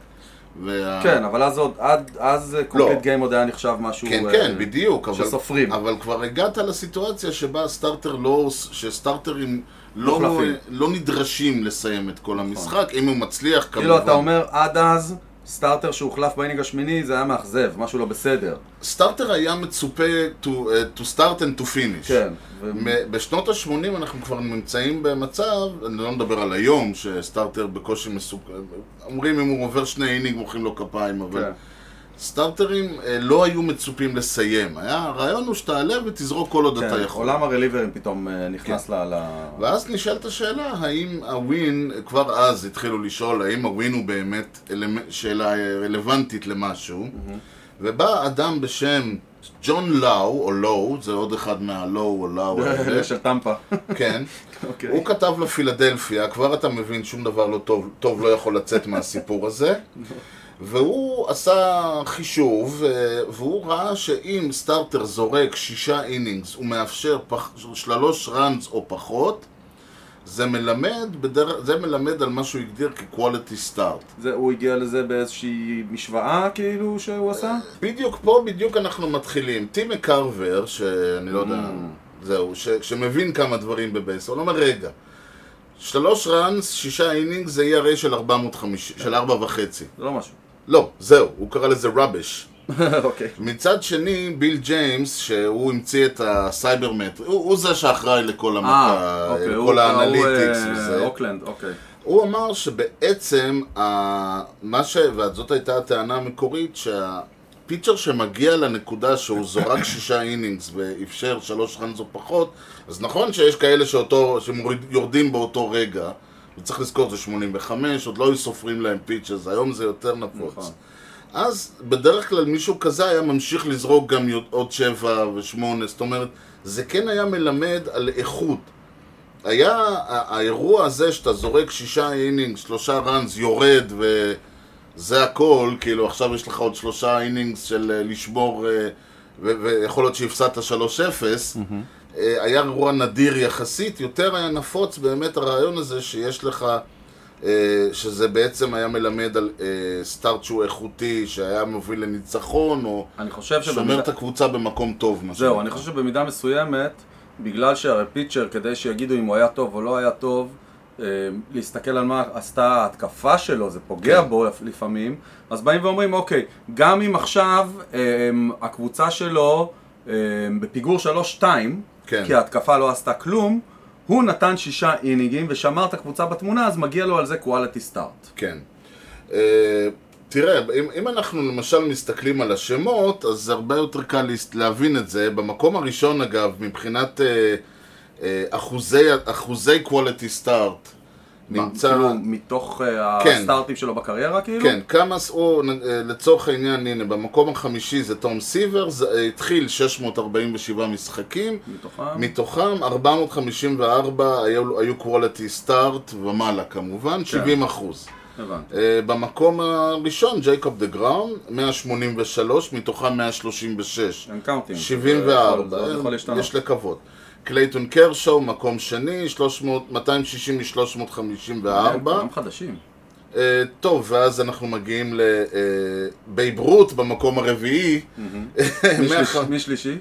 Speaker 3: כן, אבל אז עוד, אז קומפליט גיים עוד היה נחשב משהו
Speaker 2: כן, כן, בדיוק,
Speaker 3: שסופרים.
Speaker 2: אבל כבר הגעת לסיטואציה שבה סטארטר לא, שסטארטרים לא, לא נדרשים לסיים את כל המשחק, אם הוא מצליח כמובן.
Speaker 3: כאילו אתה אומר, עד אז, סטארטר שהוחלף באינינג השמיני, זה היה מאכזב, משהו לא בסדר.
Speaker 2: סטארטר היה מצופה to, uh, to start and to finish.
Speaker 3: כן.
Speaker 2: ו... בשנות ה-שמונים אנחנו כבר נמצאים במצב, אני לא מדבר על היום, שסטארטר בקושי מסוג... אומרים אם הוא עובר שני אינינג מוחאים לו כפיים, אבל... כן. סטארטרים uh, לא היו מצופים לסיים. היה, הרעיון הוא שתעלה ותזרוק כל עוד
Speaker 3: כן,
Speaker 2: אתה יכול.
Speaker 3: עולם הרליברים פתאום uh, נכנס
Speaker 2: כן.
Speaker 3: ל...
Speaker 2: ואז נשאלת השאלה, האם הווין, כבר אז התחילו לשאול, האם הווין הוא באמת אלמנ... שאלה רלוונטית למשהו, mm-hmm. ובא אדם בשם ג'ון לאו, או לאו, זה עוד אחד מהלאו או לאו האלה.
Speaker 3: של טמפה.
Speaker 2: כן.
Speaker 3: okay.
Speaker 2: הוא כתב לפילדלפיה, כבר אתה מבין שום דבר לא טוב, טוב לא יכול לצאת מהסיפור הזה. והוא עשה חישוב, והוא ראה שאם סטארטר זורק שישה אינינגס, הוא מאפשר פח, שלוש ראנס או פחות, זה מלמד, בדר... זה מלמד על מה שהוא הגדיר כ-quality start.
Speaker 3: זה, הוא הגיע לזה באיזושהי משוואה כאילו שהוא עשה?
Speaker 2: בדיוק פה, בדיוק אנחנו מתחילים. טים מקרבר, שאני לא יודע, mm. זהו, ש... שמבין כמה דברים בבייסבול, אומר רגע, שלוש ראנס, שישה אינינגס, זה יהיה הרי של ארבע מאות וחמישים, של ארבע וחצי.
Speaker 3: זה לא משהו.
Speaker 2: לא, זהו, הוא קרא לזה רביש.
Speaker 3: אוקיי.
Speaker 2: מצד שני, ביל ג'יימס, שהוא המציא את הסייברמט, הוא, הוא זה שאחראי לכל המקה,
Speaker 3: אוקיי,
Speaker 2: כל האנליטיקס וזה.
Speaker 3: אוקלנד, אוקיי.
Speaker 2: הוא אמר שבעצם, מה ש... וזאת הייתה הטענה המקורית, שהפיצ'ר שמגיע לנקודה שהוא זורק שישה אינינגס ואפשר שלוש ראנס או פחות, אז נכון שיש כאלה שאותו, שיורדים באותו רגע, וצריך לזכור זה שמונים וחמש, עוד לא היו סופרים להם פיצ'רס, היום זה יותר נפוץ. נכון. אז בדרך כלל מישהו כזה היה ממשיך לזרוק גם עוד שבע ושמונה, זאת אומרת, זה כן היה מלמד על איכות. היה האירוע הזה שאתה זורק שישה אינינגס, שלושה ראנס, יורד וזה הכל, כאילו עכשיו יש לך עוד שלושה אינינגס של לשבור, ויכול להיות שהפסדת שלוש אפס, mm-hmm. היה אירוע נדיר יחסית, יותר היה נפוץ באמת הרעיון הזה שיש לך, שזה בעצם היה מלמד על סטארט שהוא איכותי, שהיה מוביל לניצחון, או שומר שבמידה... את הקבוצה במקום טוב.
Speaker 3: זהו, אני חושב שבמידה מסוימת, בגלל שהרי פיצ'ר, כדי שיגידו אם הוא היה טוב או לא היה טוב, להסתכל על מה עשתה ההתקפה שלו, זה פוגע כן. בו לפעמים, אז באים ואומרים, אוקיי, גם אם עכשיו הקבוצה שלו בפיגור שלוש שתיים, כן. כי ההתקפה לא עשתה כלום, הוא נתן שישה אינינגים ושמר את הקבוצה בתמונה, אז מגיע לו על זה quality start.
Speaker 2: כן. Uh, תראה, אם, אם אנחנו למשל מסתכלים על השמות, אז זה הרבה יותר קל להבין את זה. במקום הראשון, אגב, מבחינת uh, uh, אחוזי, אחוזי quality start,
Speaker 3: נמצא... כאילו, מתוך uh, כן. הסטארטים שלו בקריירה, כאילו?
Speaker 2: כן, כמה, או, uh, לצורך העניין, הנה, במקום החמישי זה תום סיבר, זה uh, התחיל שש מאות ארבעים ושבעה משחקים, מתוכם, מתוכם ארבע מאות חמישים וארבע היו, היו quality start ומעלה כמובן, כן. שבעים אחוז. הבנתי. Uh, במקום הראשון, ג'ייקוב דה גראם, מאה שמונים ושלוש, מתוכם מאה שלושים ושש.
Speaker 3: אין קאונטינג.
Speaker 2: שבעים וארבע, יש לקוות. קלייטון קרשו, מקום שני, מאתיים שישים מ-שלוש מאות חמישים וארבע.
Speaker 3: כולם חדשים.
Speaker 2: Uh, טוב, ואז אנחנו מגיעים לבייב רות במקום הרביעי.
Speaker 3: מי שלישי?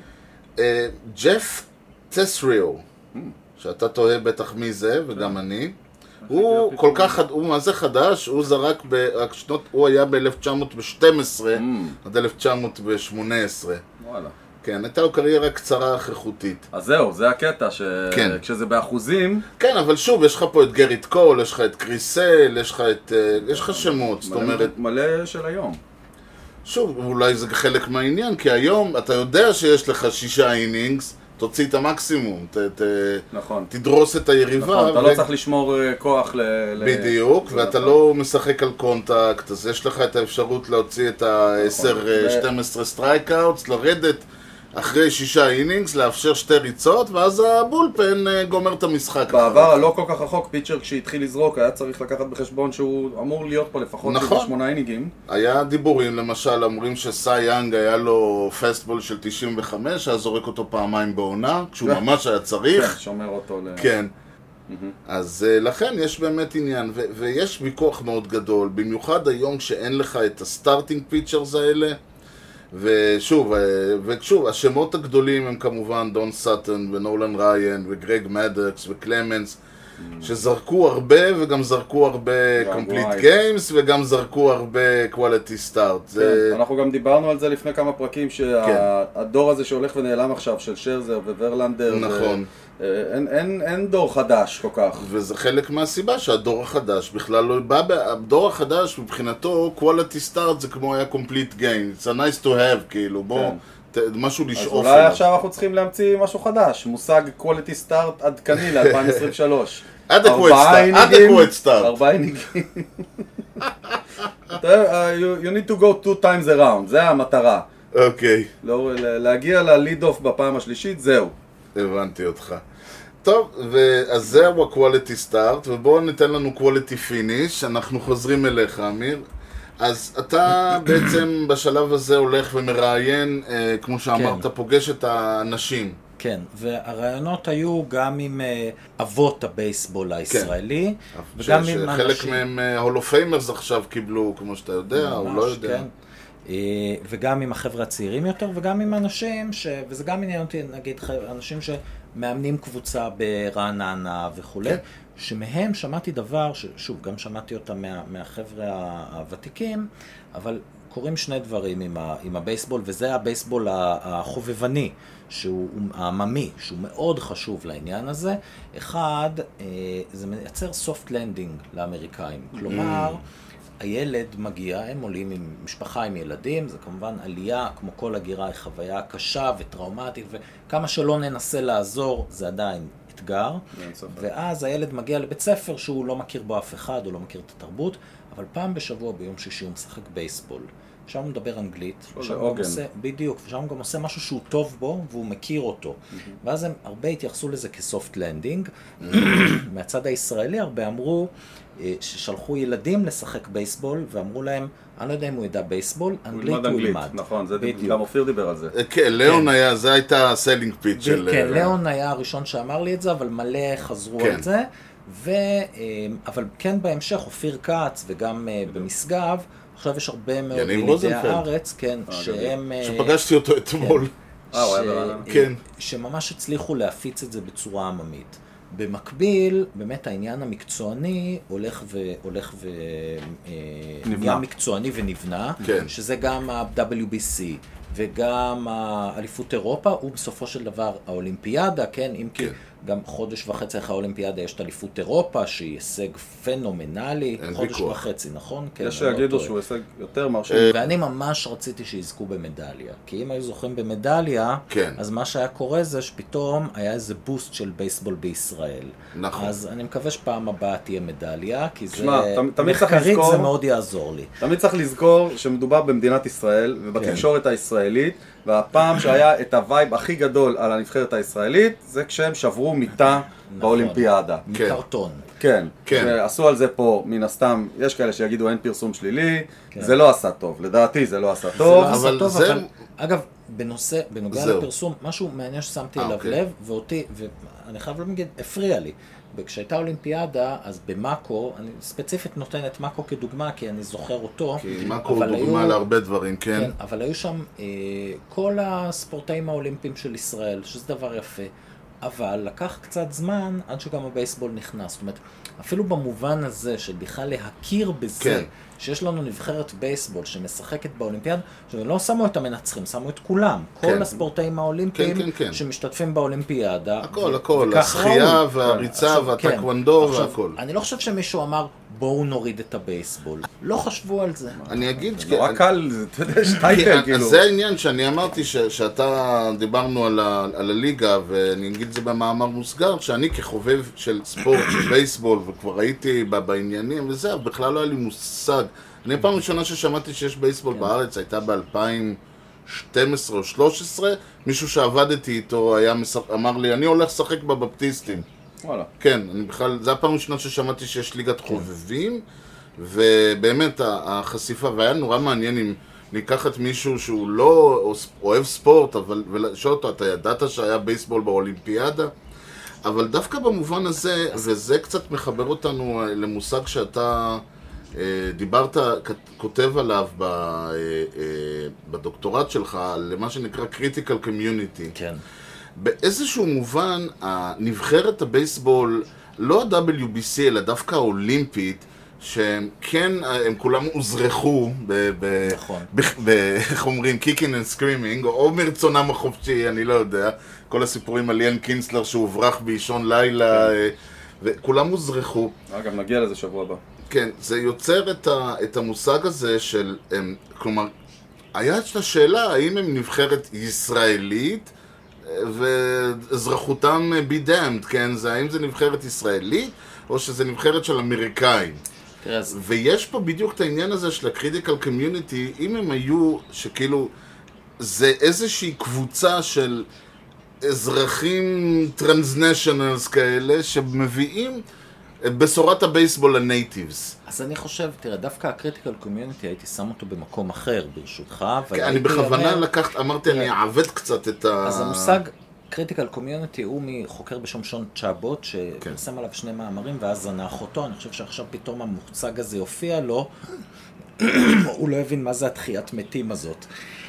Speaker 2: ג'ף טסריו, שאתה תוהה בטח מי זה, וגם אני. הוא כל כך, הוא מה זה חדש, הוא זרק בשנות, הוא היה ב-אלף תשע מאות ושתים עשרה עד אלף תשע מאות ושמונה עשרה.
Speaker 3: וואלה.
Speaker 2: כן, הייתה לו קריירה קצרה אך איכותית.
Speaker 3: אז זהו, זה הקטע, שכשזה באחוזים...
Speaker 2: כן, אבל שוב, יש לך פה את גריט קול, יש לך את קריסל, יש לך את... יש לך שמות, זאת אומרת...
Speaker 3: מלא של היום.
Speaker 2: שוב, אולי זה חלק מהעניין, כי היום אתה יודע שיש לך שישה אינינגס, תוציא את המקסימום, ת, ת,
Speaker 3: נכון.
Speaker 2: תדרוס את היריבה.
Speaker 3: נכון, ו... אתה לא צריך לשמור כוח ל...
Speaker 2: בדיוק, ל... ואתה נכון. לא משחק על קונטקט, אז יש לך את האפשרות להוציא את ה-עשר שתים עשרה סטרייקאוטס, לרדת אחרי שישה אינינגס, לאפשר שתי ריצות, ואז הבולפן גומר את המשחק.
Speaker 3: בעבר, לא כל כך רחוק, פיצ'ר כשהתחיל לזרוק, היה צריך לקחת בחשבון שהוא אמור להיות פה לפחות
Speaker 2: נכון.
Speaker 3: שמונה אינינגים.
Speaker 2: היה דיבורים, למשל, אומרים שסי יאנג היה לו פסטבול של תשעים וחמש, היה זורק אותו פעמיים בעונה, כשהוא ממש היה צריך.
Speaker 3: כן, שומר אותו ל...
Speaker 2: כן. אז לכן יש באמת עניין, ו- ויש ויכוח מאוד גדול, במיוחד היום כשאין לך את הסטארטינג פיצ'רס האלה, ושוב, ושוב, השמות הגדולים הם כמובן דון סאטון ונולן ריין וגרג מדקס וקלמנס, שזרקו הרבה וגם זרקו הרבה complete games וגם זרקו הרבה quality start.
Speaker 3: אנחנו גם דיברנו על זה לפני כמה פרקים, שהדור הזה שהולך ונעלם עכשיו של שרזר וורלנדר,
Speaker 2: נכון.
Speaker 3: אין, אין, אין דור חדש כל כך.
Speaker 2: וזה חלק מהסיבה שהדור החדש בכלל לא בא, הדור החדש מבחינתו quality start זה כמו היה complete game, it's a nice to have, כאילו בוא, ת, משהו לשאוף.
Speaker 3: אז אולי עכשיו אנחנו צריכים להמציא משהו חדש, מושג quality start עדכני ל-אלפיים עשרים ושלוש.
Speaker 2: adequate start.
Speaker 3: ארבעה אינינגים. You need to go two times around, זה המטרה.
Speaker 2: אוקיי.
Speaker 3: להגיע ל-lead off בפעם השלישית, זהו.
Speaker 2: הבנתי אותך. טוב, אז זהו ה-quality start, ובואו ניתן לנו quality finish, אנחנו חוזרים אליך, אמיר. אז אתה בעצם בשלב הזה הולך ומראיין, אה, כמו שאמרת, כן. פוגש את האנשים.
Speaker 1: כן, והרעיונות היו גם עם אה, אבות הבייסבול הישראלי,
Speaker 2: כן.
Speaker 1: וגם
Speaker 2: ש-
Speaker 1: עם
Speaker 2: חלק
Speaker 1: אנשים...
Speaker 2: מהם הולו פיימרס עכשיו קיבלו, כמו שאתה יודע, ממש, או לא יודע. כן.
Speaker 1: וגם עם החבר'ה הצעירים יותר, וגם עם אנשים, ש... וזה גם עניין אותי, נגיד, אנשים שמאמנים קבוצה ברעננה וכו', כן. שמהם שמעתי דבר, ששוב, גם שמעתי אותם מה... מהחבר'ה הוותיקים, אבל קורים שני דברים עם, ה... עם הבייסבול, וזה הבייסבול החובבני, שהוא העממי, שהוא מאוד חשוב לעניין הזה. אחד, זה מייצר סופט לנדינג לאמריקאים, כלומר, הילד מגיע, הם עולים עם משפחה עם ילדים, זה כמובן עלייה, כמו כל הגירה, היא חוויה קשה וטראומטית, וכמה שלא ננסה לעזור, זה עדיין אתגר. ואז הילד מגיע לבית ספר שהוא לא מכיר בו אף אחד, הוא לא מכיר את התרבות, אבל פעם בשבוע ביום שישי הוא משחק בייסבול. שם הוא מדבר אנגלית,
Speaker 3: זה עוגן.
Speaker 1: עושה, בדיוק, ושם הוא גם עושה משהו שהוא טוב בו, והוא מכיר אותו. ואז הם הרבה התייחסו לזה כסופט לנדינג. מהצד הישראלי הרבה אמרו, ששלחו ילדים לשחק בייסבול, ואמרו להם, אני לא יודע אם הוא ידע בייסבול, אנגלית הוא ילמד.
Speaker 3: נכון, גם אופיר דיבר על זה.
Speaker 2: כן, ליאון היה, זה הייתה הסלינג פיץ' של...
Speaker 1: כן, ליאון היה הראשון שאמר לי את זה, אבל מלא חזרו על זה. ו... אבל כן בהמשך, אופיר כץ וגם במשגב, עכשיו יש הרבה מאוד ילידי הארץ, כן, שהם...
Speaker 2: שפגשתי אותו אתמול.
Speaker 1: כן. שממש הצליחו להפיץ את זה בצורה עממית. במקביל, באמת העניין המקצועני הולך והולך ונהיה מקצועני ונבנה, שזה גם ה-דאבליו בי סי וגם האליפות אירופה, ובסופו של דבר האולימפיאדה, כן, אם כי גם חודש וחצי אחרי האולימפיאדה יש את אליפות אירופה, שהיא הישג פנומנלי, חודש וחצי, נכון?
Speaker 3: יש שיגידו שהוא הישג יותר מרשים.
Speaker 1: ואני ממש רציתי שיזכו במדליה, כי אם היו זוכים במדליה, אז מה שהיה קורה זה שפתאום היה איזה בוסט של בייסבול בישראל.
Speaker 2: נכון.
Speaker 1: אז אני מקווה שפעם הבאה תהיה מדליה, כי זה,
Speaker 3: מחקרית
Speaker 1: זה מאוד יעזור לי.
Speaker 3: תמיד צריך לזכור שמדובר במדינת ישראל, ובתקשורת הישראלית, והפעם שהיה את הווייב הכי גדול על הנבחרת הישראלית, זה כשהם שברו מיטה באולימפיאדה.
Speaker 1: מקרטון.
Speaker 3: כן, שעשו על זה פה, מן הסתם, יש כאלה שיגידו אין פרסום שלילי, זה לא עשה טוב, לדעתי זה לא עשה טוב.
Speaker 1: אבל זה... אגב, בנושא, בנוגע לפרסום, משהו מעניין ששמתי אליו לב, ואותי, ואני חייב להגיד, הפריע לי. וכשהייתה אולימפיאדה, אז במאקו, אני ספציפית נותן את מאקו כדוגמה, כי אני זוכר אותו.
Speaker 2: כי מאקו הוא דוגמה להרבה דברים, כן.
Speaker 1: כן, אבל היו שם אה, כל הספורטאים האולימפיים של ישראל, שזה דבר יפה. אבל לקח קצת זמן עד שגם הבייסבול נכנס. זאת אומרת, אפילו במובן הזה של בכלל להכיר בזה, כן. שיש לנו נבחרת בייסבול שמשחקת באולימפיאד, שהם לא שמו את המנצחים, שמו את כולם. כן. כל הספורטאים האולימפיים כן, כן, כן. שמשתתפים באולימפיאדה.
Speaker 2: הכל, הכל, השחייה והריצה והטקוונדו
Speaker 1: כן.
Speaker 2: והכל.
Speaker 1: אני לא חושב שמישהו אמר, בואו נוריד את הבייסבול. לא חשבו על זה.
Speaker 2: אני אגיד...
Speaker 3: זה נורא קל, אתה יודע, יש טייטל כאילו.
Speaker 2: זה העניין שאני אמרתי שאתה דיברנו על הליגה, ואני אגיד את זה במאמר מוסגר, שאני כחובב של ספורט, של בייסבול, וכבר הייתי בעניינים וזה, בכלל לא היה לי מושג. אני פעם ראשונה ששמעתי שיש בייסבול בארץ, הייתה ב-אלפיים שתים עשרה או שלוש עשרה, מישהו שעבדתי איתו אמר לי, אני הולך לשחק בבפטיסטים.
Speaker 3: וואלה.
Speaker 2: כן, אני בכלל, זה הפעם ראשונה ששמעתי שיש ליגת חובבים, ובאמת החשיפה, והיה נורא מעניין אם ניקחת מישהו שהוא לא אוהב ספורט, אבל ולשאול אותו, אתה ידעת שהיה בייסבול באולימפיאדה? אבל דווקא במובן הזה, וזה קצת מחבר אותנו למושג שאתה דיברת, כותב עליו בדוקטורט שלך, למה שנקרא critical community.
Speaker 1: כן.
Speaker 2: באיזשהו מובן, הנבחרת הבייסבול, לא ה-דאבליו בי סי, אלא דווקא האולימפית, שהם כן, הם כולם הוזרחו,
Speaker 1: נכון.
Speaker 2: איך אומרים, kicking and screaming, או מרצונם החופשי, אני לא יודע, כל הסיפורים על יאן קינסלר שהוברח באישון לילה, וכולם הוזרחו.
Speaker 3: אגב, נגיע לזה שבוע הבא.
Speaker 2: כן, זה יוצר את, ה, את המושג הזה של, הם, כלומר, היה את השאלה, האם הם נבחרת ישראלית, ואזרחותם be damned, כן? זה, האם זה נבחרת ישראלית, או שזה נבחרת של אמריקאים.
Speaker 1: אז...
Speaker 2: ויש פה בדיוק את העניין הזה של ה-critical community, אם הם היו, שכאילו, זה איזושהי קבוצה של אזרחים טרנסנשיונלס כאלה, שמביאים את בשורת הבייסבול לנייטיבס.
Speaker 1: אז אני חושב, תראה, דווקא הקריטיקל קומיוניטי הייתי שם אותו במקום אחר, ברשותך.
Speaker 2: אני בכוונה לקחת, אמרתי, אני אעבד קצת את ה...
Speaker 1: אז המושג קריטיקל קומיוניטי הוא מחוקר בשם שון צ'אבוט, שפרסם עליו שני מאמרים ואז זנח אותו. אני חושב שעכשיו פתאום המושג הזה יופיע לו, הוא לא הבין מה זה התחיית מתים הזאת.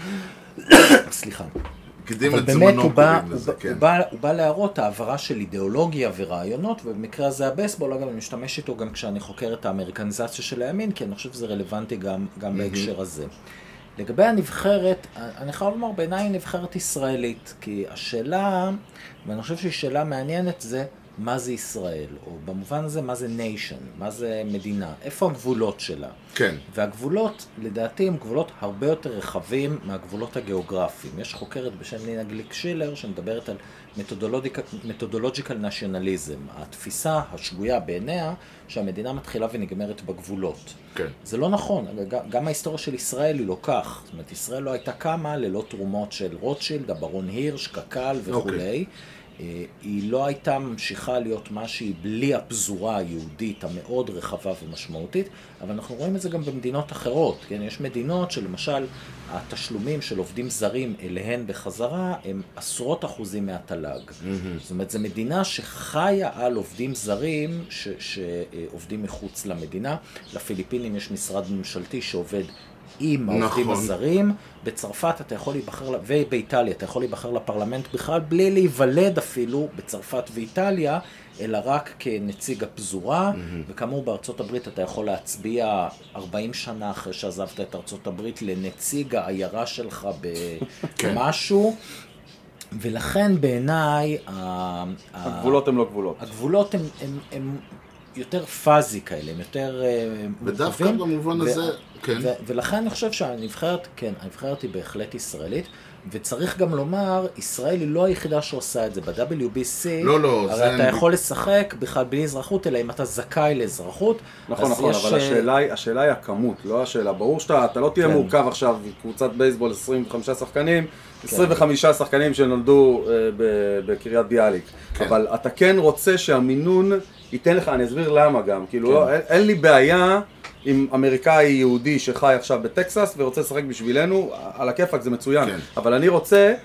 Speaker 1: סליחה. אבל באמת הוא בא, הוא, כן. הוא, בא, הוא בא להראות העברה של אידיאולוגיה ורעיונות, ובמקרה הזה הבייסבול, אגב, אני משתמש איתו גם כשאני חוקר את האמריקניזציה של הימין, כי אני חושב שזה רלוונטי גם, גם mm-hmm. בהקשר הזה. לגבי הנבחרת, אני חייב לומר, בעיניי היא נבחרת ישראלית, כי השאלה, ואני חושב שהיא שאלה מעניינת, זה מה זה ישראל, או במובן הזה מה זה ניישן, מה זה מדינה, איפה הגבולות שלה.
Speaker 2: כן.
Speaker 1: והגבולות, לדעתי, הם גבולות הרבה יותר רחבים מהגבולות הגיאוגרפיים. יש חוקרת בשם נינה גליק שילר שמדברת על מתודולוג'יקל נשיונליזם, התפיסה השגויה בעיניה שהמדינה מתחילה ונגמרת בגבולות.
Speaker 2: כן.
Speaker 1: זה לא נכון, גם ההיסטוריה של ישראל היא לא כך. זאת אומרת, ישראל לא הייתה קמה ללא תרומות של רוטשילד, הברון הירש, קק"ל וכו'. Okay. היא לא הייתה ממשיכה להיות מה שהיא בלי הפזורה היהודית המאוד רחבה ומשמעותית, אבל אנחנו רואים את זה גם במדינות אחרות. כן? יש מדינות שלמשל התשלומים של עובדים זרים אליהן בחזרה הם עשרות אחוזים מהתל"ג. Mm-hmm. זאת אומרת, זו מדינה שחיה על עובדים זרים ש- שעובדים מחוץ למדינה. לפיליפינים יש משרד ממשלתי שעובד עם העובדים
Speaker 2: נכון.
Speaker 1: הזרים. בצרפת אתה יכול להיבחר, ובאיטליה אתה יכול להיבחר לפרלמנט בכלל בלי להיוולד אפילו בצרפת ואיטליה, אלא רק כנציג הפזורה, mm-hmm. וכאמור בארצות הברית אתה יכול להצביע ארבעים שנה אחרי שעזבת את ארצות הברית לנציג העיירה שלך במשהו, ולכן בעיניי
Speaker 3: הגבולות הם לא גבולות.
Speaker 1: הגבולות הם, הם, הם יותר פאזי כאלה, הם יותר
Speaker 2: ודווקא במובן הזה, כן.
Speaker 1: ולכן אני חושב שהנבחרת, כן, הנבחרת היא בהחלט ישראלית, וצריך גם לומר, ישראל היא לא היחידה שעושה את זה. ב-דאבליו בי סי,
Speaker 2: לא, לא,
Speaker 1: הרי אתה יכול לשחק בכלל בלי אזרחות, אלא אם אתה זכאי לאזרחות.
Speaker 3: נכון, נכון,
Speaker 1: יש...
Speaker 3: אבל השאלה היא, השאלה היא הכמות, לא השאלה. ברור שאתה אתה לא תהיה כן. מורכב עכשיו, קבוצת בייסבול עשרים וחמישה שחקנים, כן. עשרים וחמישה שחקנים שנולדו אה, בקריית ביאליק. כן. אבל אתה כן רוצה שהמינון ייתן לך, אני אסביר למה גם, כאילו, כן. לא, אין, אין לי בעיה עם אמריקאי יהודי שחי עכשיו בטקסס ורוצה לשחק בשבילנו, על הכיפק זה מצוין. כן. אבל אני רוצה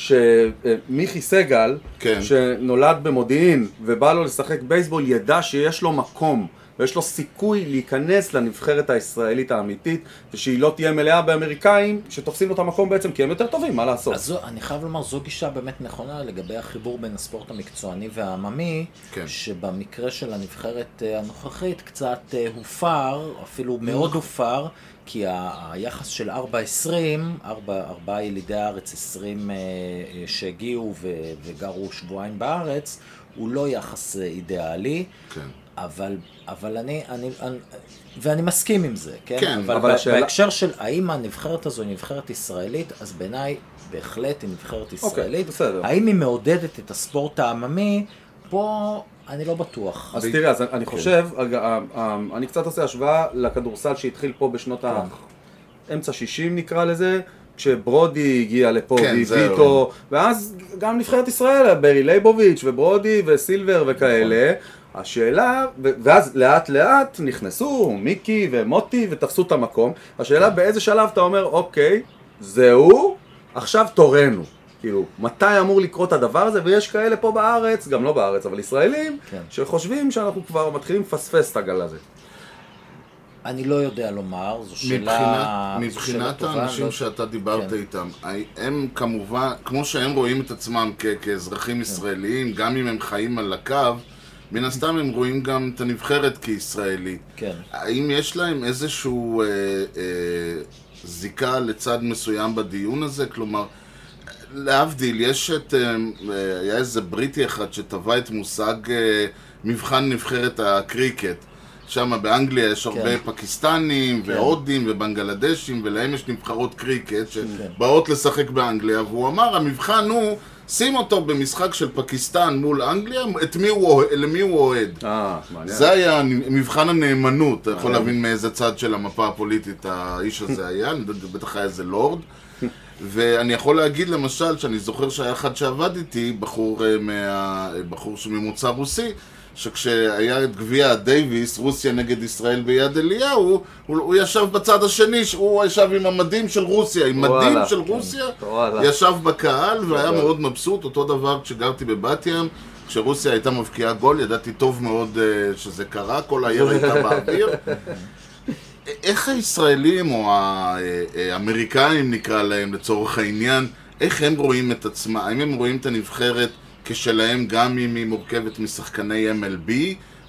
Speaker 3: שמיכי סגל, כן. שנולד במודיעין ובא לו לשחק בייסבול, ידע שיש לו מקום ויש לו סיכוי להיכנס לנבחרת הישראלית האמיתית, ושהיא לא תהיה מלאה באמריקאים שתופסים לו את המקום בעצם, כי הם יותר טובים, מה לעשות?
Speaker 1: אז זו, אני חייב לומר, זו גישה באמת נכונה לגבי החיבור בין הספורט המקצועני והעממי, כן. שבמקרה של הנבחרת הנוכחית קצת הופר, אפילו מאוד הופר, כי היחס של ארבע עשרים, ארבע, ארבעה ילידי הארץ, עשרים שהגיעו וגרו שבועיים בארץ, הוא לא יחס אידיאלי. כן. אבל, אבל אני, אני, אני, ואני מסכים עם זה, כן?
Speaker 2: כן,
Speaker 1: אבל, אבל השאלה... בהקשר של האם הנבחרת הזו היא נבחרת ישראלית, אז בעיניי בהחלט היא נבחרת ישראלית.
Speaker 3: אוקיי, בסדר.
Speaker 1: האם היא מעודדת את הספורט העממי? פה אני לא בטוח.
Speaker 3: אז תראה, אז אני חושב, אני קצת עושה השוואה לכדורסל שהתחיל פה בשנות האמצע שישים נקרא לזה, כשברודי הגיע לפה והביא איתו, ואז גם נבחרת ישראל, ברי לייבוביץ' וברודי וסילבר וכאלה, השאלה, ואז לאט לאט נכנסו מיקי ומוטי ותפסו את המקום. השאלה באיזה שלב אתה אומר, אוקיי, זהו, עכשיו תורנו. כאילו, מתי אמור לקרות הדבר הזה? ויש כאלה פה בארץ, גם לא בארץ, אבל ישראלים, כן. שחושבים שאנחנו כבר מתחילים לפספס את הגל הזה.
Speaker 1: אני לא יודע לומר, זו שאלה...
Speaker 2: מבחינת האנשים שאתה דיברת איתם, הם כמובן, כמו שהם רואים את עצמם כאזרחים ישראלים, גם אם הם חיים על הקו, מן הסתם הם רואים גם את הנבחרת כישראלית. כן. האם יש להם איזשהו אה, אה, זיקה לצד מסוים בדיון הזה? כלומר, להבדיל, יש את, אה, היה איזה בריטי אחד שטבע את מושג אה, מבחן נבחרת הקריקט. שם באנגליה יש הרבה כן. פקיסטנים כן. והודים ובנגלדשים, ולהם יש נבחרות קריקט שבאות כן. לשחק באנגליה, והוא אמר, המבחן הוא... שים אותו במשחק של פקיסטן מול אנגליה, את מי הוא, למי הוא אוהד. אה, מעניין. זה היה מבחן הנאמנות, אתה יכול להבין מאיזה צד של המפה הפוליטית האיש הזה היה, בטח היה איזה לורד. ואני יכול להגיד למשל, שאני זוכר שהיה אחד שעבד איתי, בחור, מה, בחור ממוצא רוסי, שכשהיה את גביע הדייביס, רוסיה נגד ישראל ביד אליהו, הוא, הוא ישב בצד השני, הוא ישב עם המדים של רוסיה, עם מדים של רוסיה, ישב בקהל והיה מאוד מבסוט. אותו דבר כשגרתי בבת ים, כשרוסיה הייתה מבקיעה גול, ידעתי טוב מאוד שזה קרה, כל העיר הייתה באוויר. איך הישראלים או האמריקאים נקרא להם לצורך העניין, איך הם רואים את עצמם? האם הם רואים את הנבחרת כשלהם גם אם היא מורכבת משחקני אם אל בי,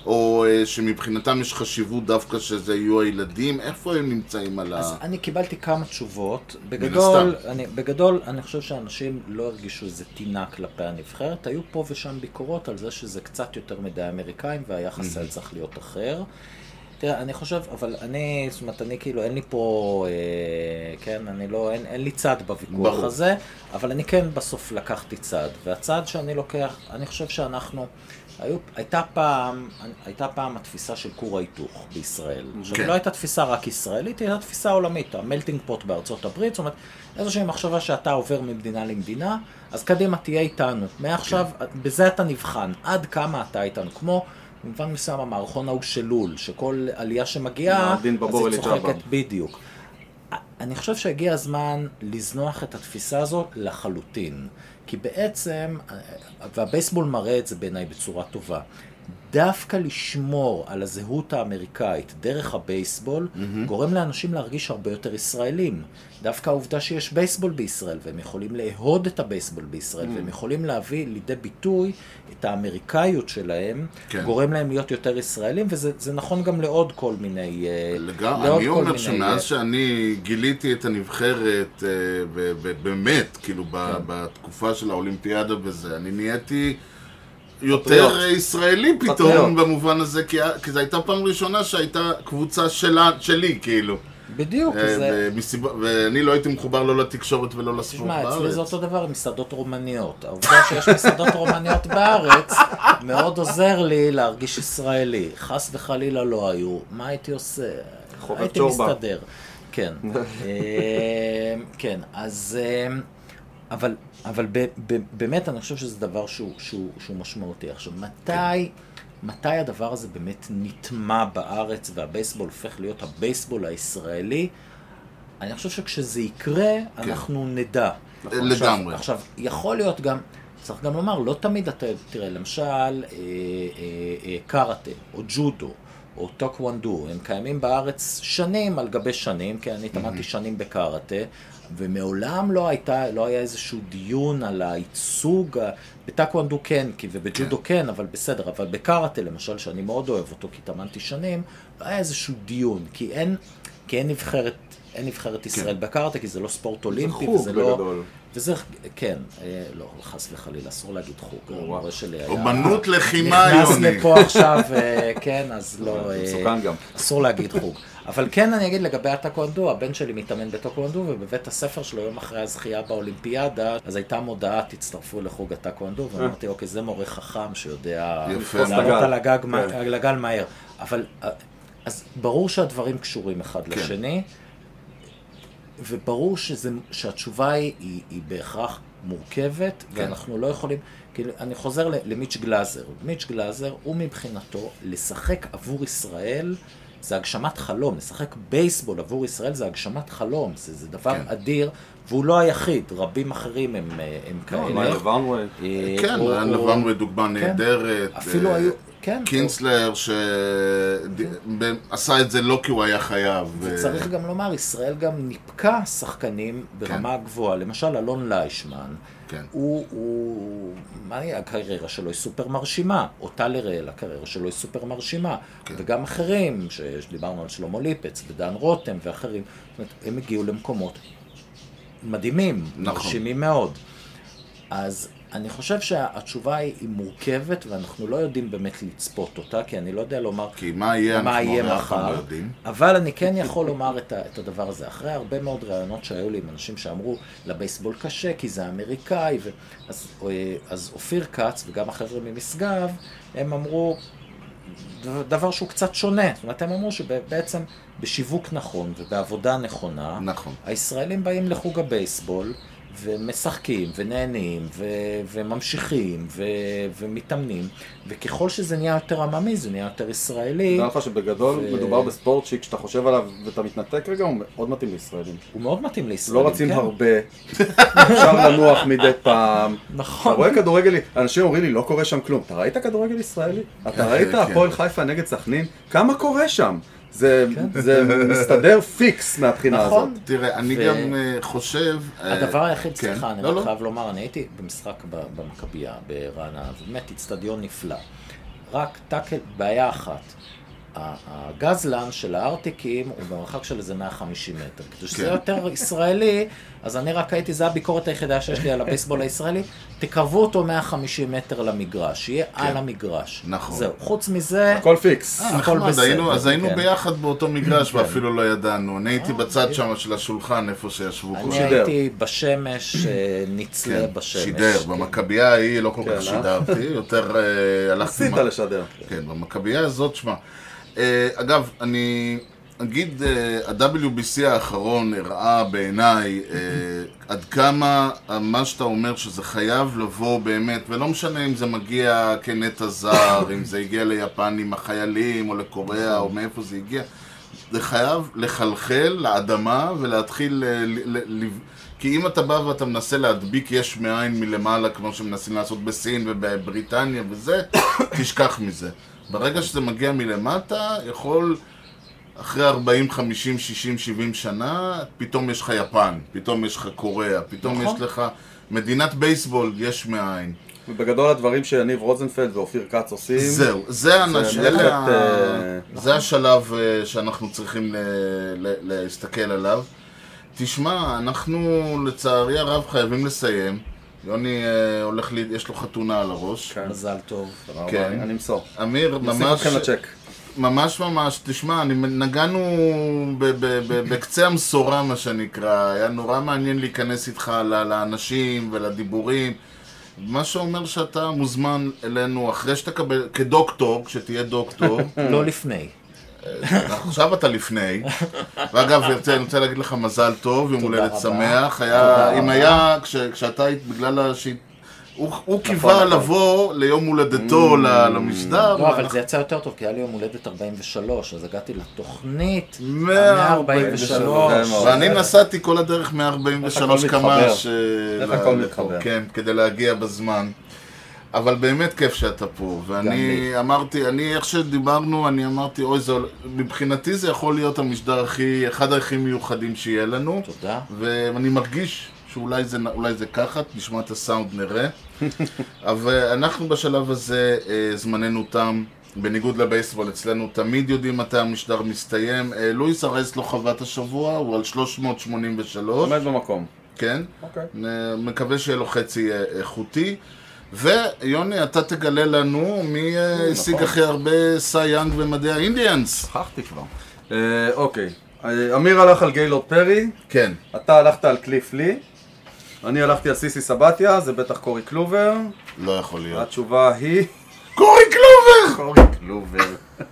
Speaker 2: או שמבחינתם יש חשיבות דווקא שזה יהיו הילדים? איפה הם נמצאים על ה...
Speaker 1: אז אני קיבלתי כמה תשובות. בגדול, אני, בגדול, אני חושב שאנשים לא הרגישו איזה טינה כלפי הנבחרת. היו פה ושם ביקורות על זה שזה קצת יותר מדי אמריקאים, והיחס היה צריך להיות אחר. תראה, אני חושב, אבל אני, זאת אומרת, אני כאילו, אין לי פה, אה, כן, אני לא, אין, אין לי צד בוויכוח ברור. הזה, אבל אני כן בסוף לקחתי צד. והצד שאני לוקח, אני חושב שאנחנו... היו, הייתה פעם, הייתה פעם התפיסה של כור ההיתוך בישראל. עכשיו, כן. לא הייתה תפיסה רק ישראלית, הייתה תפיסה עולמית, המלטינג פוט בארצות הברית, זאת אומרת, איזושהי מחשבה שאתה עובר ממדינה למדינה, אז קדימה תהיה איתנו. מעכשיו, כן. בזה אתה נבחן, עד כמה אתה איתנו, כמו, במובן מסוים המערכון ההוא של לול, שכל עלייה שמגיעה, אז היא צוחקת בדיוק. אני חושב שהגיע הזמן לזנוח את התפיסה הזו לחלוטין. כי בעצם, והבייסבול מראה את זה בעיניי בצורה טובה, דווקא לשמור על הזהות האמריקאית דרך הבייסבול, mm-hmm. גורם לאנשים להרגיש הרבה יותר ישראלים. דווקא העובדה שיש בייסבול בישראל, והם יכולים לאהוד את הבייסבול בישראל, mm-hmm. והם יכולים להביא לידי ביטוי את האמריקאיות שלהם, כן. גורם להם להיות יותר ישראלים, וזה זה נכון גם לעוד כל מיני...
Speaker 2: לגמרי, אני אומר שמאז שאני גיליתי את הנבחרת, באמת, כאילו, כן. בתקופה של האולימפיאדה וזה, אני נהייתי... יותר פטריוט. ישראלי פתאום פטריוט. במובן הזה, כי, כי זו הייתה פעם ראשונה שהייתה קבוצה שלה, שלי, כאילו.
Speaker 1: בדיוק.
Speaker 2: זה... ומסיב... ואני לא הייתי מחובר לא לתקשורת ולא לספורט בארץ. תשמע, אצלי זה אותו דבר עם מסעדות רומניות. העובדה שיש מסעדות רומניות בארץ מאוד עוזר לי להרגיש ישראלי. חס וחלילה לא היו. מה הייתי עושה? הייתי מסתדר. כן. כן, אז... אבל... אבל ב- ב- באמת אני חושב שזה דבר שהוא, שהוא, שהוא משמעותי. עכשיו, מתי, מתי הדבר הזה באמת נטמע בארץ והבייסבול הופך להיות הבייסבול הישראלי? אני חושב שכשזה יקרה, כן. אנחנו נדע. לגמרי. עכשיו,
Speaker 1: עכשיו, יכול להיות גם, צריך גם לומר, לא תמיד אתה, תראה, למשל, אה, אה, אה, קראטה או ג'ודו או טוקוונדו, הם קיימים בארץ שנים על גבי שנים, כי אני התאמנתי שנים בקראטה, ומעולם לא הייתה, לא היה איזשהו דיון על הייצוג, בטקוונדו כן, ובג'ודו כן. כן, אבל בסדר, אבל בקראטה למשל, שאני מאוד אוהב אותו, כי התאמנתי שנים, לא היה איזשהו דיון, כי אין, כי אין נבחרת, אין נבחרת ישראל כן. בקראטה, כי זה לא ספורט אולימפי,
Speaker 3: זה
Speaker 1: וזה לא...
Speaker 3: בגדול.
Speaker 1: וזה, כן, לא, חס וחלילה, אסור להגיד חוג. המורה שלי היה...
Speaker 2: אומנות לחימה, יוני.
Speaker 1: נכנס לפה עכשיו, כן, אז לא...
Speaker 3: מסוכן גם.
Speaker 1: אסור להגיד חוג. אבל כן אני אגיד לגבי הטקוונדו, הבן שלי מתאמן בטקוונדו, ובבית הספר שלו יום אחרי הזכייה באולימפיאדה, אז הייתה מודעה, תצטרפו לחוג הטקוונדו, ואמרתי, אוקיי, זה מורה חכם שיודע לעלות על הגל מהר. אבל, אז ברור שהדברים קשורים אחד לשני, וברור שזה, שהתשובה היא, היא, היא בהכרח מורכבת, כן. ואנחנו לא יכולים, כי אני חוזר למיץ' גלאזר. מיץ' גלאזר הוא מבחינתו לשחק עבור ישראל, זה הגשמת חלום, לשחק בייסבול עבור ישראל זה הגשמת חלום, זה, זה דבר כן. אדיר, והוא לא היחיד, רבים אחרים הם, הם כאלה.
Speaker 3: ריין לוונווי.
Speaker 2: כן, ריין לוונווי דוגמה נהדרת.
Speaker 1: אפילו היו... כן,
Speaker 2: קינסלר שעשה את זה לא כי הוא היה חייב.
Speaker 1: וצריך גם לומר, ישראל גם ניפקה שחקנים ברמה גבוהה. למשל, אלון ליישמן, הוא, מה היה? הקריירה שלו היא סופר מרשימה. או טל הראל, הקריירה שלו היא סופר מרשימה. וגם אחרים, שדיברנו על שלמה ליפץ ודן רותם ואחרים, זאת אומרת, הם הגיעו למקומות מדהימים, מרשימים מאוד. אז אני חושב שהתשובה היא מורכבת, ואנחנו לא יודעים באמת לצפות אותה, כי אני לא יודע לומר
Speaker 2: כי מה יהיה,
Speaker 1: מה יהיה
Speaker 2: לא
Speaker 1: מחר, אבל אני כן יכול לומר את, ה, את הדבר הזה. אחרי הרבה מאוד רעיונות שהיו לי עם אנשים שאמרו, לבייסבול קשה, כי זה אמריקאי, ו... אז, אז אופיר קץ וגם החבר'ה ממשגב, הם אמרו דבר שהוא קצת שונה. זאת אומרת, הם אמרו שבעצם בשיווק נכון ובעבודה נכונה,
Speaker 2: נכון.
Speaker 1: הישראלים באים לחוג הבייסבול, ומשחקים, ונהנים, ו- וממשיכים, ו- ומתאמנים, וככל שזה נהיה יותר עממי, זה נהיה יותר ישראלי.
Speaker 3: נראה לך שבגדול ו... מדובר בספורט שכשאתה חושב עליו ואתה מתנתק רגע, הוא מאוד מתאים לישראלים.
Speaker 1: הוא מאוד מתאים לישראלים,
Speaker 3: לא רצים כן. הרבה, אפשר לנוח מדי פעם.
Speaker 1: נכון.
Speaker 3: אתה רואה כדורגל, אנשים אומרים לי, לא קורה שם כלום. אתה ראית כדורגל ישראלי? אתה ראית הפועל חיפה נגד סכנין? כמה קורה שם? זה, כן. זה מסתדר פיקס מהבחינה
Speaker 1: נכון.
Speaker 3: הזאת.
Speaker 2: תראה, אני ו... גם uh, חושב...
Speaker 1: הדבר היחיד, כן. סליחה, אני
Speaker 2: לא, לא.
Speaker 1: חייב לומר, אני הייתי במשחק במכבייה ברעננה, באמת אצטדיון נפלא. רק טאקל, בעיה אחת. הגזלן של הארטיקים הוא במרחק של איזה מאה וחמישים מטר. כדי שזה יותר ישראלי, אז אני רק הייתי, זה הביקורת היחידה שיש לי על הבייסבול הישראלי, תקרבו אותו מאה וחמישים מטר למגרש, יהיה על המגרש.
Speaker 2: נכון.
Speaker 1: זהו, חוץ מזה...
Speaker 3: הכל פיקס.
Speaker 1: הכל בסדר.
Speaker 2: אז היינו ביחד באותו מגרש ואפילו לא ידענו. אני הייתי בצד שם של השולחן, איפה שישבו.
Speaker 1: אני הייתי בשמש, נצלה בשמש.
Speaker 2: שידר, במכבייה ההיא לא כל כך שידרתי, יותר הלכתי...
Speaker 3: עשית לשדר.
Speaker 2: כן, במכבייה הזאת, שמה. אגב, אני אגיד, ה-דאבליו בי סי האחרון הראה בעיניי עד כמה מה שאתה אומר שזה חייב לבוא באמת, ולא משנה אם זה מגיע כנטע זר, אם זה הגיע ליפנים, החיילים, או לקוריאה, או מאיפה זה הגיע, זה חייב לחלחל לאדמה ולהתחיל, כי אם אתה בא ואתה מנסה להדביק יש מאין מלמעלה, כמו שמנסים לעשות בסין ובבריטניה וזה, תשכח מזה. ברגע שזה מגיע מלמטה, יכול אחרי ארבעים, חמישים, שישים, שבעים שנה, פתאום יש לך יפן, פתאום יש לך קוריאה, פתאום יש לך מדינת בייסבול, יש מאין.
Speaker 3: ובגדול הדברים שיניב רוזנפלד ואופיר כץ עושים...
Speaker 2: זהו, זה, אנש... אלה... זה השלב שאנחנו צריכים להסתכל עליו. תשמע, אנחנו לצערי הרב חייבים לסיים. יוני הולך לי, יש לו חתונה על הראש.
Speaker 1: מזל טוב.
Speaker 2: כן.
Speaker 3: אני אמסור.
Speaker 2: אמיר, ממש... ממש ממש, תשמע, נגענו בקצה המסורה, מה שנקרא. היה נורא מעניין להיכנס איתך לאנשים ולדיבורים. מה שאומר שאתה מוזמן אלינו אחרי שתקבל, כדוקטור, כשתהיה דוקטור.
Speaker 1: לא לפני.
Speaker 2: עכשיו אתה לפני. ואגב, אני רוצה להגיד לך מזל טוב, יום הולדת שמח. אם היה, כשאתה היית בגלל השיט, הוא קיווה לבוא ליום הולדתו למשדר.
Speaker 1: לא, אבל זה יצא יותר טוב, כי היה לי יום הולדת ארבעים ושלוש, אז הגעתי לתוכנית מאה ארבעים ושלוש.
Speaker 2: ואני נסעתי כל הדרך מאה ארבעים ושלוש קמ"ש.
Speaker 3: איך הכל מתחבר.
Speaker 2: כן, כדי להגיע בזמן. אבל באמת כיף שאתה פה, ואני אמרתי, אני איך שדיברנו, אני אמרתי, אוי, זה, מבחינתי זה יכול להיות המשדר הכי, אחד הכי מיוחדים שיהיה לנו.
Speaker 1: תודה.
Speaker 2: ואני מרגיש שאולי זה, אולי זה ככה, נשמע את הסאונד נראה. אבל אנחנו בשלב הזה, זמננו תם, בניגוד לבייסבול, אצלנו תמיד יודעים מתי המשדר מסתיים. לואיס ארז לא חוות השבוע, הוא על שלוש מאות שמונים ושלוש.
Speaker 3: עומד במקום.
Speaker 2: כן.
Speaker 3: אוקיי.
Speaker 2: מקווה שיהיה לו חצי איכותי. ויוני, אתה תגלה לנו מי השיג הכי הרבה סי יאנג במדעי האינדיאנס.
Speaker 3: שכחתי כבר. אוקיי. אמיר הלך על גיילורד פרי.
Speaker 2: כן.
Speaker 3: אתה הלכת על קליף לי. אני הלכתי על סיסי סבתיה, זה בטח קורי קלובר.
Speaker 2: לא יכול להיות.
Speaker 3: התשובה היא...
Speaker 2: קורי קלובר!
Speaker 3: קורי קלובר.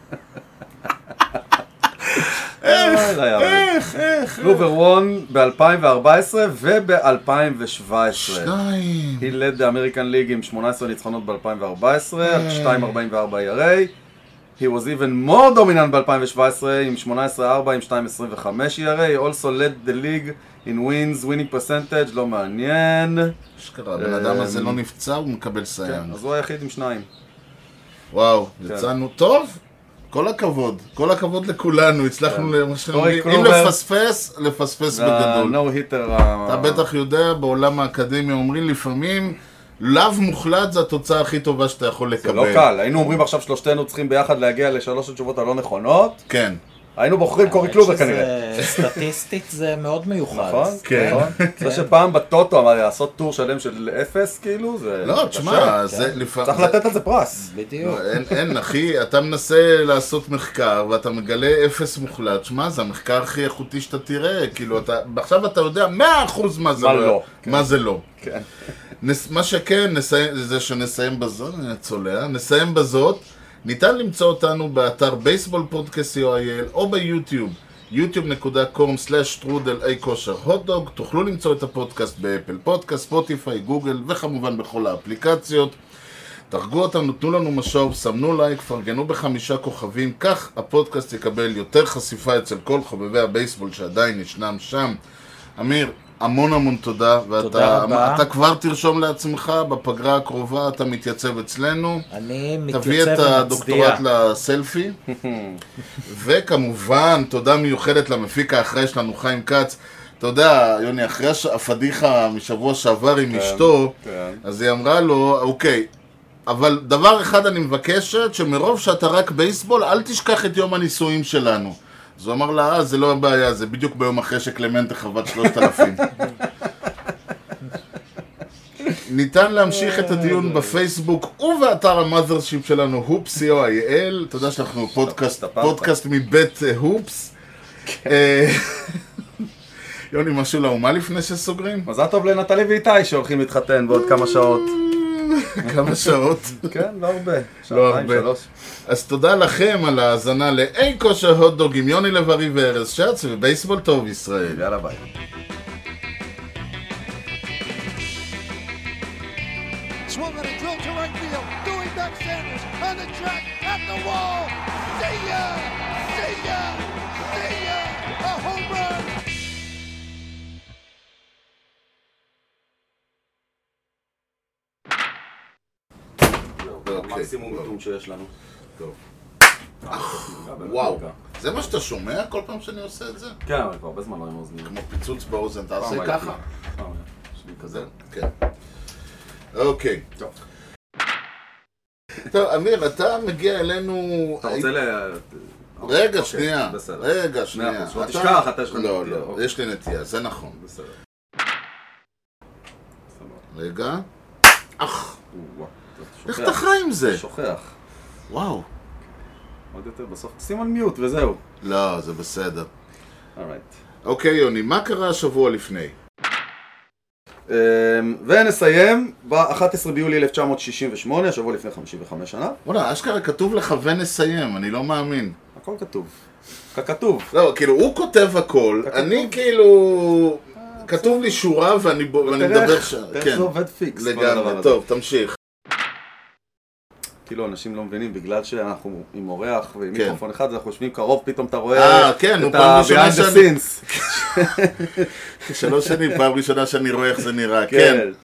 Speaker 2: איך, איך, איך.
Speaker 3: קלובר וון ב-אלפיים וארבע עשרה וב-אלפיים שבע עשרה.
Speaker 2: שניים.
Speaker 3: He led the American League עם שמונה עשרה ניצחונות ב-אלפיים וארבע עשרה, שתיים ארבעים וארבע E R A. He was even more dominant ב-אלפיים שבע עשרה עם שמונה עשרה ארבע עם שתיים עשרים וחמש E R A. He also led the league in wins, winning percentage, לא מעניין.
Speaker 2: שקרה, הבן אדם הזה לא נפצע, הוא מקבל סייאנג.
Speaker 3: אז הוא היחיד עם שניים.
Speaker 2: וואו, יצאנו טוב. כל הכבוד, כל הכבוד לכולנו, הצלחנו, אם לפספס, לפספס בגדול. אתה בטח יודע, בעולם האקדמי אומרים לפעמים, לאו מוחלט זה התוצאה הכי טובה שאתה יכול לקבל.
Speaker 3: זה לא קל, היינו אומרים עכשיו שלושתנו צריכים ביחד להגיע לשלוש התשובות הלא נכונות.
Speaker 2: כן.
Speaker 3: היינו בוחרים קורי קלובר כנראה.
Speaker 1: סטטיסטית זה מאוד מיוחד.
Speaker 3: נכון?
Speaker 2: כן.
Speaker 3: זה שפעם בטוטו אמר לעשות טור שלם של אפס, כאילו, זה...
Speaker 2: לא, תשמע, זה לפעמים...
Speaker 3: צריך לתת על זה פרס.
Speaker 1: בדיוק.
Speaker 2: אין, אחי, אתה מנסה לעשות מחקר ואתה מגלה אפס מוחלט. שמע, זה המחקר הכי איכותי שאתה תראה. כאילו, עכשיו אתה יודע מאה אחוז מה זה לא. מה זה לא.
Speaker 3: כן.
Speaker 2: מה שכן, זה שנסיים בזאת, אני צולע, נסיים בזאת. ניתן למצוא אותנו באתר בייסבול פודקאסט סי או איי אל או ביוטיוב יוטיוב נקודה קום סלאש טרודל איי כושר הוטדוג. תוכלו למצוא את הפודקאסט באפל פודקאסט, ספוטיפיי, גוגל וכמובן בכל האפליקציות. תרגו אותנו, תנו לנו משוב, סמנו לייק, פרגנו בחמישה כוכבים, כך הפודקאסט יקבל יותר חשיפה אצל כל חובבי הבייסבול שעדיין ישנם שם. אמיר, המון המון תודה,
Speaker 1: תודה רבה.
Speaker 2: ואתה כבר תרשום לעצמך, בפגרה הקרובה אתה מתייצב אצלנו.
Speaker 1: אני מתייצב
Speaker 2: תביא את הדוקטורט לסלפי. וכמובן, תודה מיוחדת למפיק האחראי שלנו, חיים כץ. אתה יודע, יוני, אחרי הפדיחה משבוע שעבר עם אשתו, אז היא אמרה לו, אוקיי, אבל דבר אחד אני מבקשת, שמרוב שאתה רק בייסבול, אל תשכח את יום הנישואים שלנו. אז הוא אמר לה, אה, זה לא הבעיה, זה בדיוק ביום אחרי שקלמנטה חוות שלושת אלפים. ניתן להמשיך את הדיון בפייסבוק ובאתר המאזרשיפ שלנו, הופס סי או איי אל. אתה יודע שאנחנו פודקאסט, פודקאסט מבית הופס. יוני, משהו לאומה לפני שסוגרים?
Speaker 3: מזל טוב לנטלי ואיתי שהולכים להתחתן בעוד כמה שעות.
Speaker 2: כמה שעות?
Speaker 3: כן, לא הרבה.
Speaker 2: לא הרבה. אז תודה לכם על ההאזנה לאי כושר הוטדוג עם יוני לב-ארי וארז שץ ובייסבול טוב ישראל.
Speaker 3: יאללה ביי.
Speaker 5: Swung on a drill to right field. Doing back Sanders on the track at the wall. See ya! See ya! See ya! A home run!
Speaker 3: מקסימום טום שיש לנו.
Speaker 2: טוב. וואו. זה מה שאתה שומע כל פעם שאני עושה את זה?
Speaker 3: כן, אבל כבר הרבה זמן לא עם אוזניים.
Speaker 2: כמו פיצוץ באוזן, אתה עושה ככה?
Speaker 3: יש לי כזה.
Speaker 2: כן. אוקיי.
Speaker 3: טוב.
Speaker 2: טוב, אמיר, אתה מגיע אלינו...
Speaker 3: אתה רוצה ל...
Speaker 2: רגע, שנייה. רגע, שנייה.
Speaker 3: לא תשכח, אתה יש לך נטייה.
Speaker 2: לא, לא, יש לי נטייה, זה נכון.
Speaker 3: בסדר.
Speaker 2: רגע. אך. איך אתה חי עם זה?
Speaker 3: שוכח.
Speaker 2: וואו.
Speaker 3: עוד יותר בסוף. שים על מיוט וזהו.
Speaker 2: לא, זה בסדר.
Speaker 3: אורייט.
Speaker 2: אוקיי, יוני, מה קרה השבוע לפני?
Speaker 3: ונסיים ב-אחד עשר ביולי אלף תשע מאות שישים ושמונה, השבוע לפני חמישים וחמש שנה.
Speaker 2: וואלה, אשכרה כתוב לך ונסיים, אני לא מאמין.
Speaker 3: הכל כתוב. ככתוב.
Speaker 2: לא, כאילו, הוא כותב הכל, אני כאילו... כתוב לי שורה ואני מדבר שם.
Speaker 3: תראה איך זה עובד פיקס.
Speaker 2: לגמרי, טוב, תמשיך.
Speaker 3: כאילו אנשים לא מבינים, בגלל שאנחנו עם אורח ועם מיקרופון אחד, אנחנו יושבים קרוב, פתאום אתה רואה את ה-behind the scenes.
Speaker 2: שלוש שנים, פעם ראשונה שאני רואה איך זה נראה,
Speaker 3: כן.